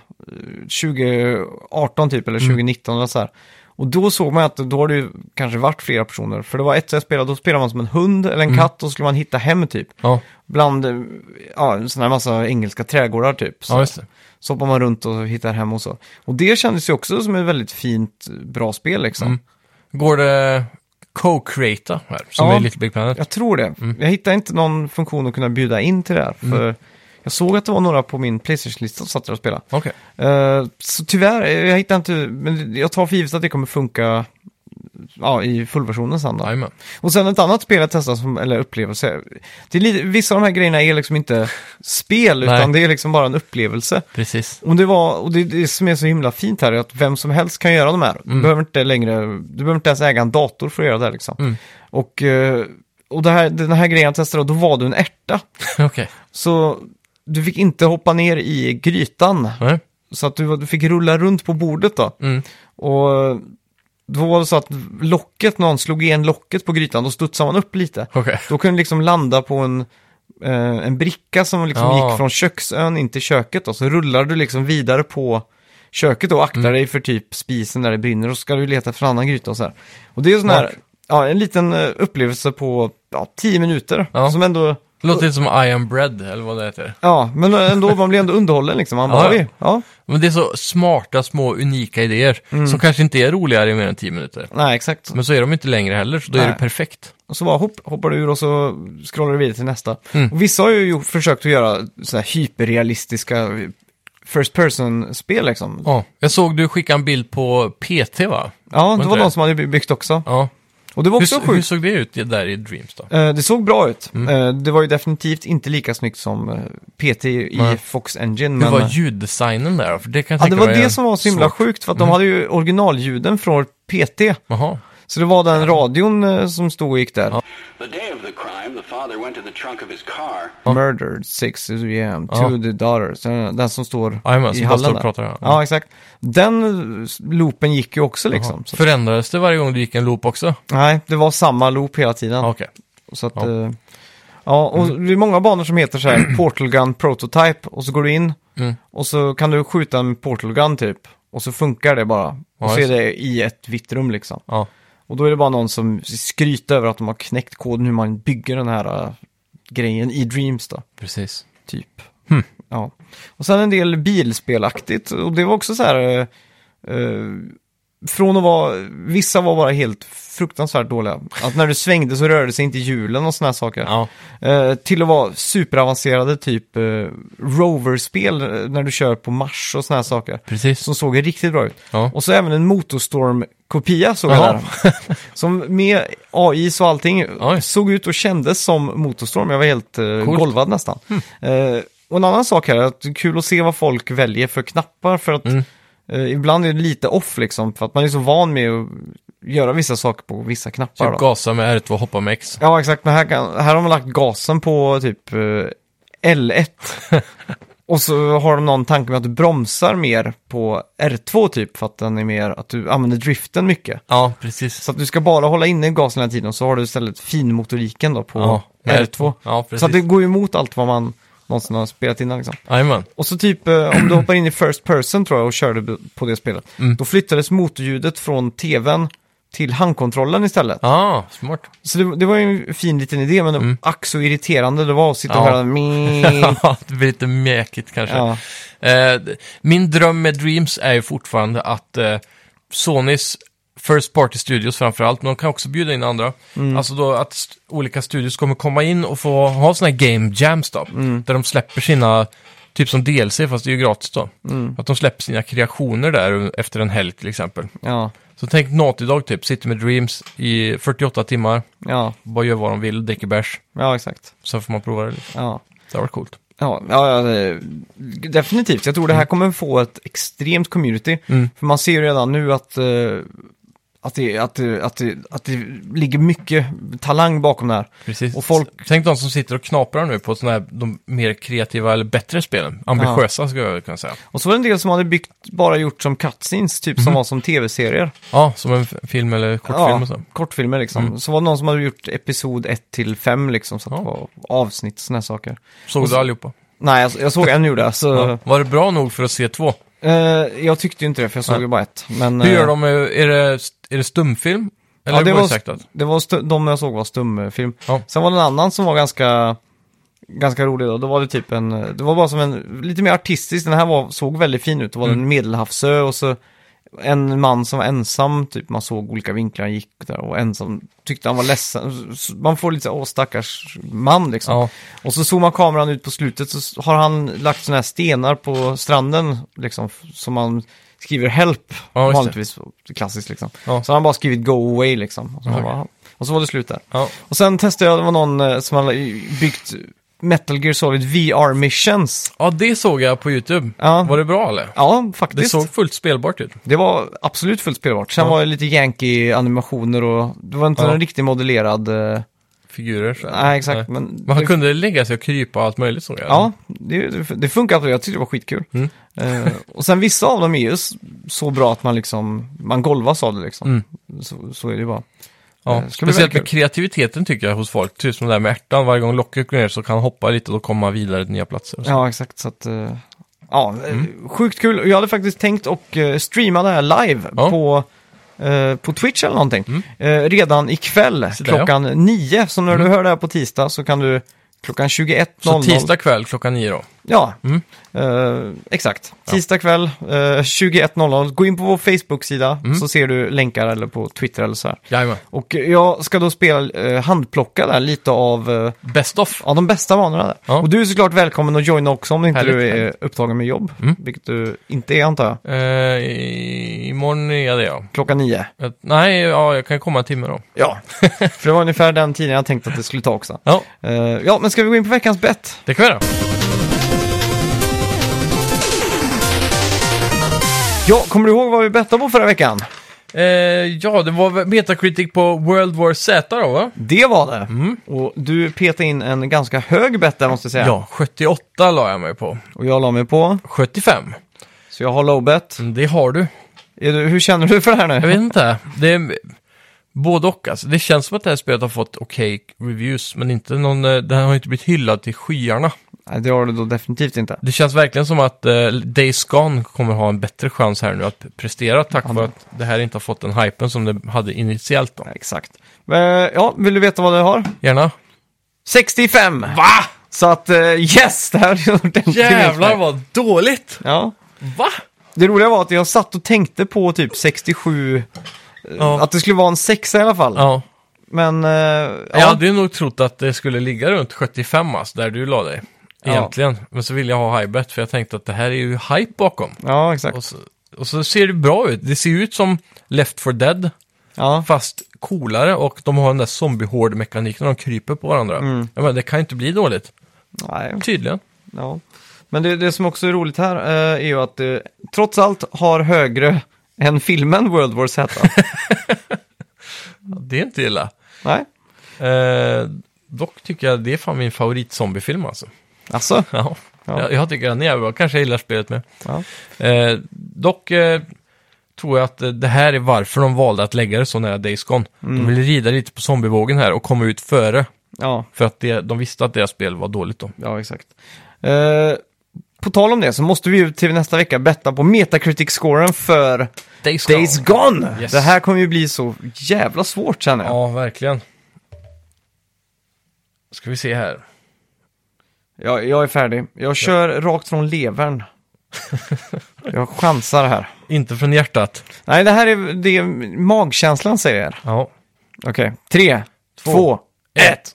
tjugo arton typ, eller tjugo nitton eller så här. Och då såg man att då har det ju kanske varit flera personer. För det var ett sätt att spela, då spelade man som en hund eller en katt och skulle man hitta hem typ. Ja, Bland, eh, ja, sådana här massa engelska trädgårdar typ. Så, ja just det. så hoppar man runt och hittar hem och så. Och det kändes ju också som ett väldigt fint, bra spel liksom. Mm. Går det co-creata här, som Ja. är Little Big Planet? Jag tror det. Jag hittade inte någon funktion att kunna bjuda in till det här. För jag såg att det var några på min PlayStation-lista som satt där och spelade. Okej. Eh, så tyvärr, jag hittar inte, men jag tar för givet att det kommer funka ja, i fullversionen sen då. Jajamän. Och sen ett annat spel jag testar, som, eller upplevelse. Det är lite, vissa av de här grejerna är liksom inte spel, Nej. utan det är liksom bara en upplevelse. Precis. Och det, var, och det, det som är så himla fint här är att vem som helst kan göra de här. Du behöver inte längre, du behöver inte ens äga en dator för att göra det här, liksom. Mm. Och, eh, och det här, den här grejen jag testade, då var du en ärta. Okej. Så du fick inte hoppa ner i grytan. Nej. Så att du, du fick rulla runt på bordet då. Mm. Och då var det så att locket, någon slog igen locket på grytan, då studsade man upp lite. Okej. Då kunde du liksom landa på en, eh, en bricka som liksom Ja. gick från köksön in till köket. Och så rullar du liksom vidare på köket och aktar Mm. dig för typ spisen där det brinner. Och så ska du leta efter en annan gryta och så här. Och det är sån här, Smart. ja, en liten eh, upplevelse på ja, tio minuter. Ja. Som ändå... Det låter lite som I am bread, eller vad det heter. Ja, men ändå, man blir ändå underhållen liksom. Man bara, Ja, ja. oj, ja. Men det är så smarta, små, unika idéer Mm. som kanske inte är roligare i mer än tio minuter. Nej, exakt. Men så är de inte längre heller, så då är Nej. det perfekt. Och så bara hopp, hoppar du ur och så scrollar du vidare till nästa. Mm. Och vissa har ju gjort, försökt att göra så här hyperrealistiska first person-spel liksom. Ja, Ja. Jag såg du skicka en bild på P T, va? det var inte någon det? som hade byggt också. Ja. Och det var också Hur, hur sjukt. såg det ut där i Dreams då? Eh, det såg bra ut. Mm. Eh, det var ju definitivt inte lika snyggt som eh, P T i Nej. Fox Engine. Hur Men, var eh, ljuddesignen där då? För det kan jag ja, det tänka var mig det är som var så himla svårt. sjukt, för att Mm. de hade ju originalljuden från P T. Jaha. Så det var den radion eh, som stod och gick där. Ja. The day of the crime, the father went to the trunk of his car. Murdered six p m to Ja. the daughters. Eh, Den som står Jajamän, i som bara hallen står och där. pratar. Ja. Ja, exakt. Den eh, loopen gick ju också liksom. Jaha. Så, Förändrades det varje gång du gick en loop också? nej, det var samma loop hela tiden. Ja. Okej. Så att, Ja. Mm. ja. ja, och det är många banor som heter så här Portal Gun Prototype, och så går du in Mm. och så kan du skjuta en Portal Gun typ, och så funkar det bara. Ja, Och så är just det i ett vitt rum liksom. Ja. Och då är det bara någon som skryter över att de har knäckt koden hur man bygger den här uh, grejen i Dreams då, Precis. typ. Hmm. Ja. Och sen en del bilspelaktigt, och det var också så här... Uh, uh, från att vara, vissa var bara helt fruktansvärt dåliga. Att när du svängde så rörde sig inte hjulen och såna här saker. Ja. Eh, till att vara superavancerade typ eh, roverspel eh, när du kör på Mars och såna här saker. Precis. Som såg riktigt bra ut. Ja. Och så även en Motorstorm-kopia såg jag Jaha. där. Som med A I och allting Oj. såg ut och kändes som Motorstorm. Jag var helt eh, Coolt. golvad nästan. Eh, och en annan sak här är att det är kul att se vad folk väljer för knappar, för att Mm. eh, ibland är det lite off liksom, för att man är så van med att göra vissa saker på vissa knappar. Typ då. gasa med R två och hoppa med X. Ja, exakt. Men här, kan, här har man lagt gasen på typ eh, L ett. Och så har de någon tanke med att du bromsar mer på R två typ, för att den är mer, att du använder driften mycket. Ja, precis. Så att du ska bara hålla inne gasen hela tiden, och så har du istället finmotoriken då på Ja, R två. Ja, precis. Så att det går ju emot allt vad man någonsin har spelat innan liksom. Jajamän. Och så typ, eh, om du hoppar in i first person tror jag och körde b- på det spelet, Mm. då flyttades motorljudet från tvn till handkontrollen istället. Ja, smart. Så det, det var ju en fin liten idé, men Mm. ack så irriterande det var att sitta och Ja. höra ming. Ja, det blir lite mjäkigt kanske. Ja. Eh, min dröm med Dreams är ju fortfarande att eh, Sonys First Party Studios framförallt, men de kan också bjuda in andra. Mm. Alltså då att st- olika studios kommer komma in och få ha såna här game jams då, Mm. där de släpper sina, typ som D L C, fast det är ju gratis då. Mm. Att de släpper sina kreationer där efter en helg till exempel. Ja, Så tänk Naughty Dog typ, sitter med Dreams i fyrtioåtta timmar, ja, bara gör vad de vill, dricker bärs, ja, exakt. sen får man prova det lite. Ja. Det har varit coolt. Ja, ja, ja det, definitivt. Jag tror det här kommer få ett extremt community. Mm. För man ser ju redan nu att, eh, att, det, att, det, att, det, att det ligger mycket talang bakom det här. Precis. Och folk... Tänk de som sitter och knaprar nu på såna här, de mer kreativa eller bättre spelen. Ambitiösa ja. skulle jag kunna säga. Och så var det en del som hade byggt, bara gjort som cutscenes, typ Mm. som var som tv-serier. Ja, som en f- film eller kortfilm Ja, och så. kortfilmer liksom. Mm. Så var det någon som hade gjort episod ett till fem liksom, så att Ja. det var avsnitt, såna här saker. Såg Och du så- allihopa? Nej, jag, jag såg en gjorde det, så... Ja. Var det bra nog för att se två? Eh, jag tyckte ju inte det, för jag såg Nej. ju bara ett. Men, Hur eh, gör de? med- Är det, är det stumfilm? Eller Ja, är det det var, voice-actat? det var stu- de jag såg var stumfilm. Ja. Sen var det en annan som var ganska, ganska rolig då. Då var det typ en, det var bara som en, lite mer artistisk. Den här var, såg väldigt fin ut. Det var Mm. en medelhavsö och så en man som var ensam, typ man såg olika vinklar han gick där och ensam tyckte han var ledsen. Så man får lite så, åh stackars man liksom. Ja. Och så zoomar kameran ut på slutet, så har han lagt såna här stenar på stranden liksom, f- som man skriver help, Ja, just det. vanligtvis, klassiskt liksom. Ja. Så han bara skrivit go away liksom. Och så, Okej. bara, och så var det slut där. Ja. Och sen testade jag, det var någon eh, som hade byggt Metal Gear Solid V R missions. ja, det såg jag på YouTube. Ja. Var det bra eller? Ja, Det faktiskt. såg fullt spelbart ut. Det var absolut fullt spelbart. Sen Ja. var det lite Yankee-animationer och det var inte Ja. en riktigt modellerad... eh, Figurer. Så. nej, exakt. Men, Men han det, kunde lägga sig och krypa och allt möjligt såg jag. ja, det, det, det funkar absolut. Jag tyckte det var skitkul. Mm. Eh, och sen vissa av dem är ju s- så bra att man liksom, man golvas av det liksom. Mm. Så, så är det ju bara. Ja, Eh, ska bli speciellt väldigt med kreativiteten tycker jag hos folk. Typ som det där med ärtan, varje gång locket går ner så kan han hoppa lite och då kommer man vidare till nya platser. och så. Ja, exakt. Så att, eh, ja, eh, Mm. sjukt kul. Jag hade faktiskt tänkt att uh, streama det här live Ja. på, eh, på Twitch eller någonting. Mm. Eh, redan ikväll, Så där, klockan nio. Så när Mm. du hör det här på tisdag så kan du klockan tjugoett Så noll noll. tisdag kväll klockan nio då. Ja, Mm. eh, exakt. Ja. Tisdag kväll, eh, tjugoett noll noll. Gå in på vår Facebook-sida Mm. så ser du länkar eller på Twitter eller så här. Jajamän. Och jag ska då spela eh, handplocka där lite av eh, Best of. ja, de bästa vanorna där. Ja. Och du är såklart välkommen att joina också om inte Härligt, du är härligt. upptagen med jobb. Mm. Vilket du inte är antar jag. Eh, i- imorgon är det ja. Klockan nio. Ett, nej, ja, jag kan komma en timme då. Ja. För det var ungefär den tiden jag tänkte att det skulle ta också. Ja, Eh, ja, men ska vi gå in på veckans bett? det kan vi göra. Ja, kommer du ihåg vad vi bettade på förra veckan? Eh, ja, det var väl Metacritic på World War Z då va? Det var det. Mm. Och du petade in en ganska hög bett där måste jag säga. Ja, sjuttioåtta la jag mig på. Och jag la mig på. sjuttiofem. Så jag har low bet. Mm, Det har du. Är du, hur känner du för det här nu? Jag vet inte. Det är både och alltså. Det känns som att det här spelet har fått okej reviews, men inte någon, eh, den har inte blivit hyllad till skyarna. Nej, det har du då definitivt inte. Det känns verkligen som att eh, Days Gone kommer ha en bättre chans här nu att prestera tack Ja, vare att det här inte har fått den hypen som det hade initiellt då. Ja, exakt. Eh, ja, vill du veta vad du har? Gärna. sextiofem! Va? Så att, eh, yes! Det här är ordentligt. Jävlar vad dåligt! Ja. Va? Det roliga var att jag satt och tänkte på typ sextiosju, eh, Ja. att det skulle vara en sexa i alla fall. Ja. Men, eh, ja. Jag hade ju nog trott att det skulle ligga runt sjuttiofem alltså, där du la dig. Ja. Egentligen. Men så ville jag ha high bet för jag tänkte att det här är ju hype bakom. ja, exakt. Och så, och så ser det bra ut. Det ser ut som Left four Dead, Ja. fast coolare och de har den där zombie-horde-mekaniken när de kryper på varandra. Mm. Ja, men det kan ju inte bli dåligt. Nej, Tydligen. ja. Men det, det som också är roligt här eh, är ju att det trots allt har högre än filmen World War Z. Ja, det är inte illa. Nej, Eh, dock tycker jag det är fan min favorit-zombiefilm alltså. alltså. Ja. Ja. Jag, jag tycker den är jävla bra. Kanske jag gillar spelet med. Ja. Eh, dock eh, tror jag att eh, det här är varför de valde att lägga det så nära Days Gone. Mm. De ville rida lite på zombievågen här och komma ut före. Ja, För att det, de visste att deras spel var dåligt då. ja, exakt. Eh, på tal om det så måste vi ju till nästa vecka betta på Metacritic-scoren för Days Gone. Days Gone. Yes. Det här kommer ju bli så jävla svårt känner jag. Ja, verkligen. Ska vi se här. Jag, jag är färdig. Jag kör rakt från levern. Jag chansar här. Inte från hjärtat. Nej, det här är det magkänslan säger. Ja. Okej, tre, Två, två, ett.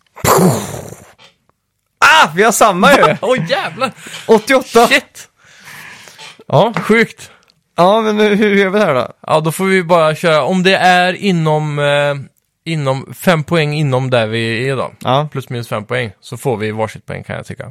Ah, vi har samma ju! Åh oh, jävlar! åttioåtta! Shit! Ja, sjukt. Ja, men hur, hur gör vi det här då? Ja, då får vi bara köra. Om det är inom, eh, inom fem poäng inom där vi är då. Ja, Plus minus fem poäng. Så får vi varsitt poäng kan jag tycka.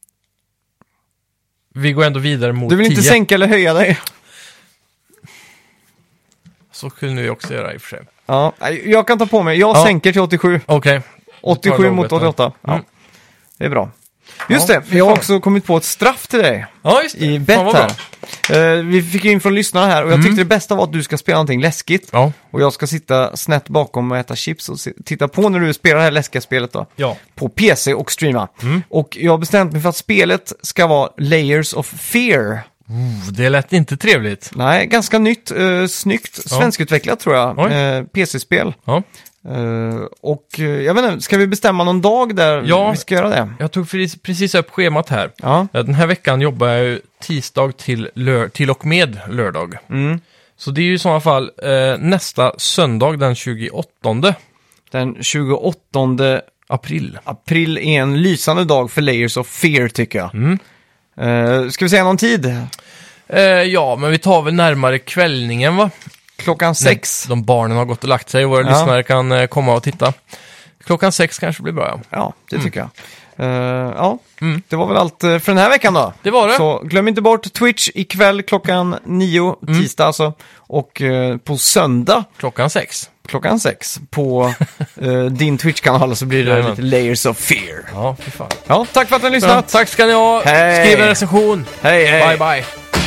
Vi går ändå vidare mot du vill inte tio. sänka eller höja dig? Så kunde vi också göra i och för sig. Ja, jag kan ta på mig. Jag Ja. sänker till åttiosju. Okej. åttiosju tar mot laget då. åttioåtta. Ja. Mm. Det är bra. Just Ja, det, fy jag har fan. också kommit på ett straff till dig Ja, just det. i Fan, bett vad här. bra. Eh, vi fick in från lyssnarna här och jag tyckte det bästa var att du ska spela någonting läskigt. Ja. Och jag ska sitta snett bakom och äta chips och se, titta på när du spelar det här läskiga spelet då. Ja. På P C och streama. Och jag har bestämt mig för att spelet ska vara Layers of Fear. Oh, det lät inte trevligt. Nej, ganska nytt, uh, snyggt, Ja. svenskutvecklat tror jag. Oj. Uh, P C-spel. Ja. Uh, och uh, jag vet inte, ska vi bestämma någon dag där Ja. vi ska göra det? Jag tog precis, precis upp schemat här. Ja. Ja, den här veckan jobbar jag ju tisdag till, lör- till och med lördag. Mm. Så det är ju i sådana fall eh, nästa söndag den tjugoåttonde Den tjugoåttonde april. april är en lysande dag för Layers of Fear tycker jag. Mm. Uh, ska vi säga någon tid? Eh, ja, men vi tar väl närmare kvällningen va? Klockan sex. De barnen har gått och lagt sig och våra Ja. lyssnare kan eh, komma och titta. Klockan sex kanske blir bra, ja. Ja, det tycker jag. Uh, ja, Mm. det var väl allt eh, för den här veckan då. Det var det. Så glöm inte bort Twitch ikväll klockan nio, tisdag alltså. Och eh, på söndag Klockan sex. klockan sex på eh, din Twitch-kanal så blir det Jajamän. lite Layers of Fear. Ja, fy fan. Ja, tack för att ni har Ja, lyssnat. tack ska ni ha. Hej. Skriv en recension. Hej, hej. Bye, bye.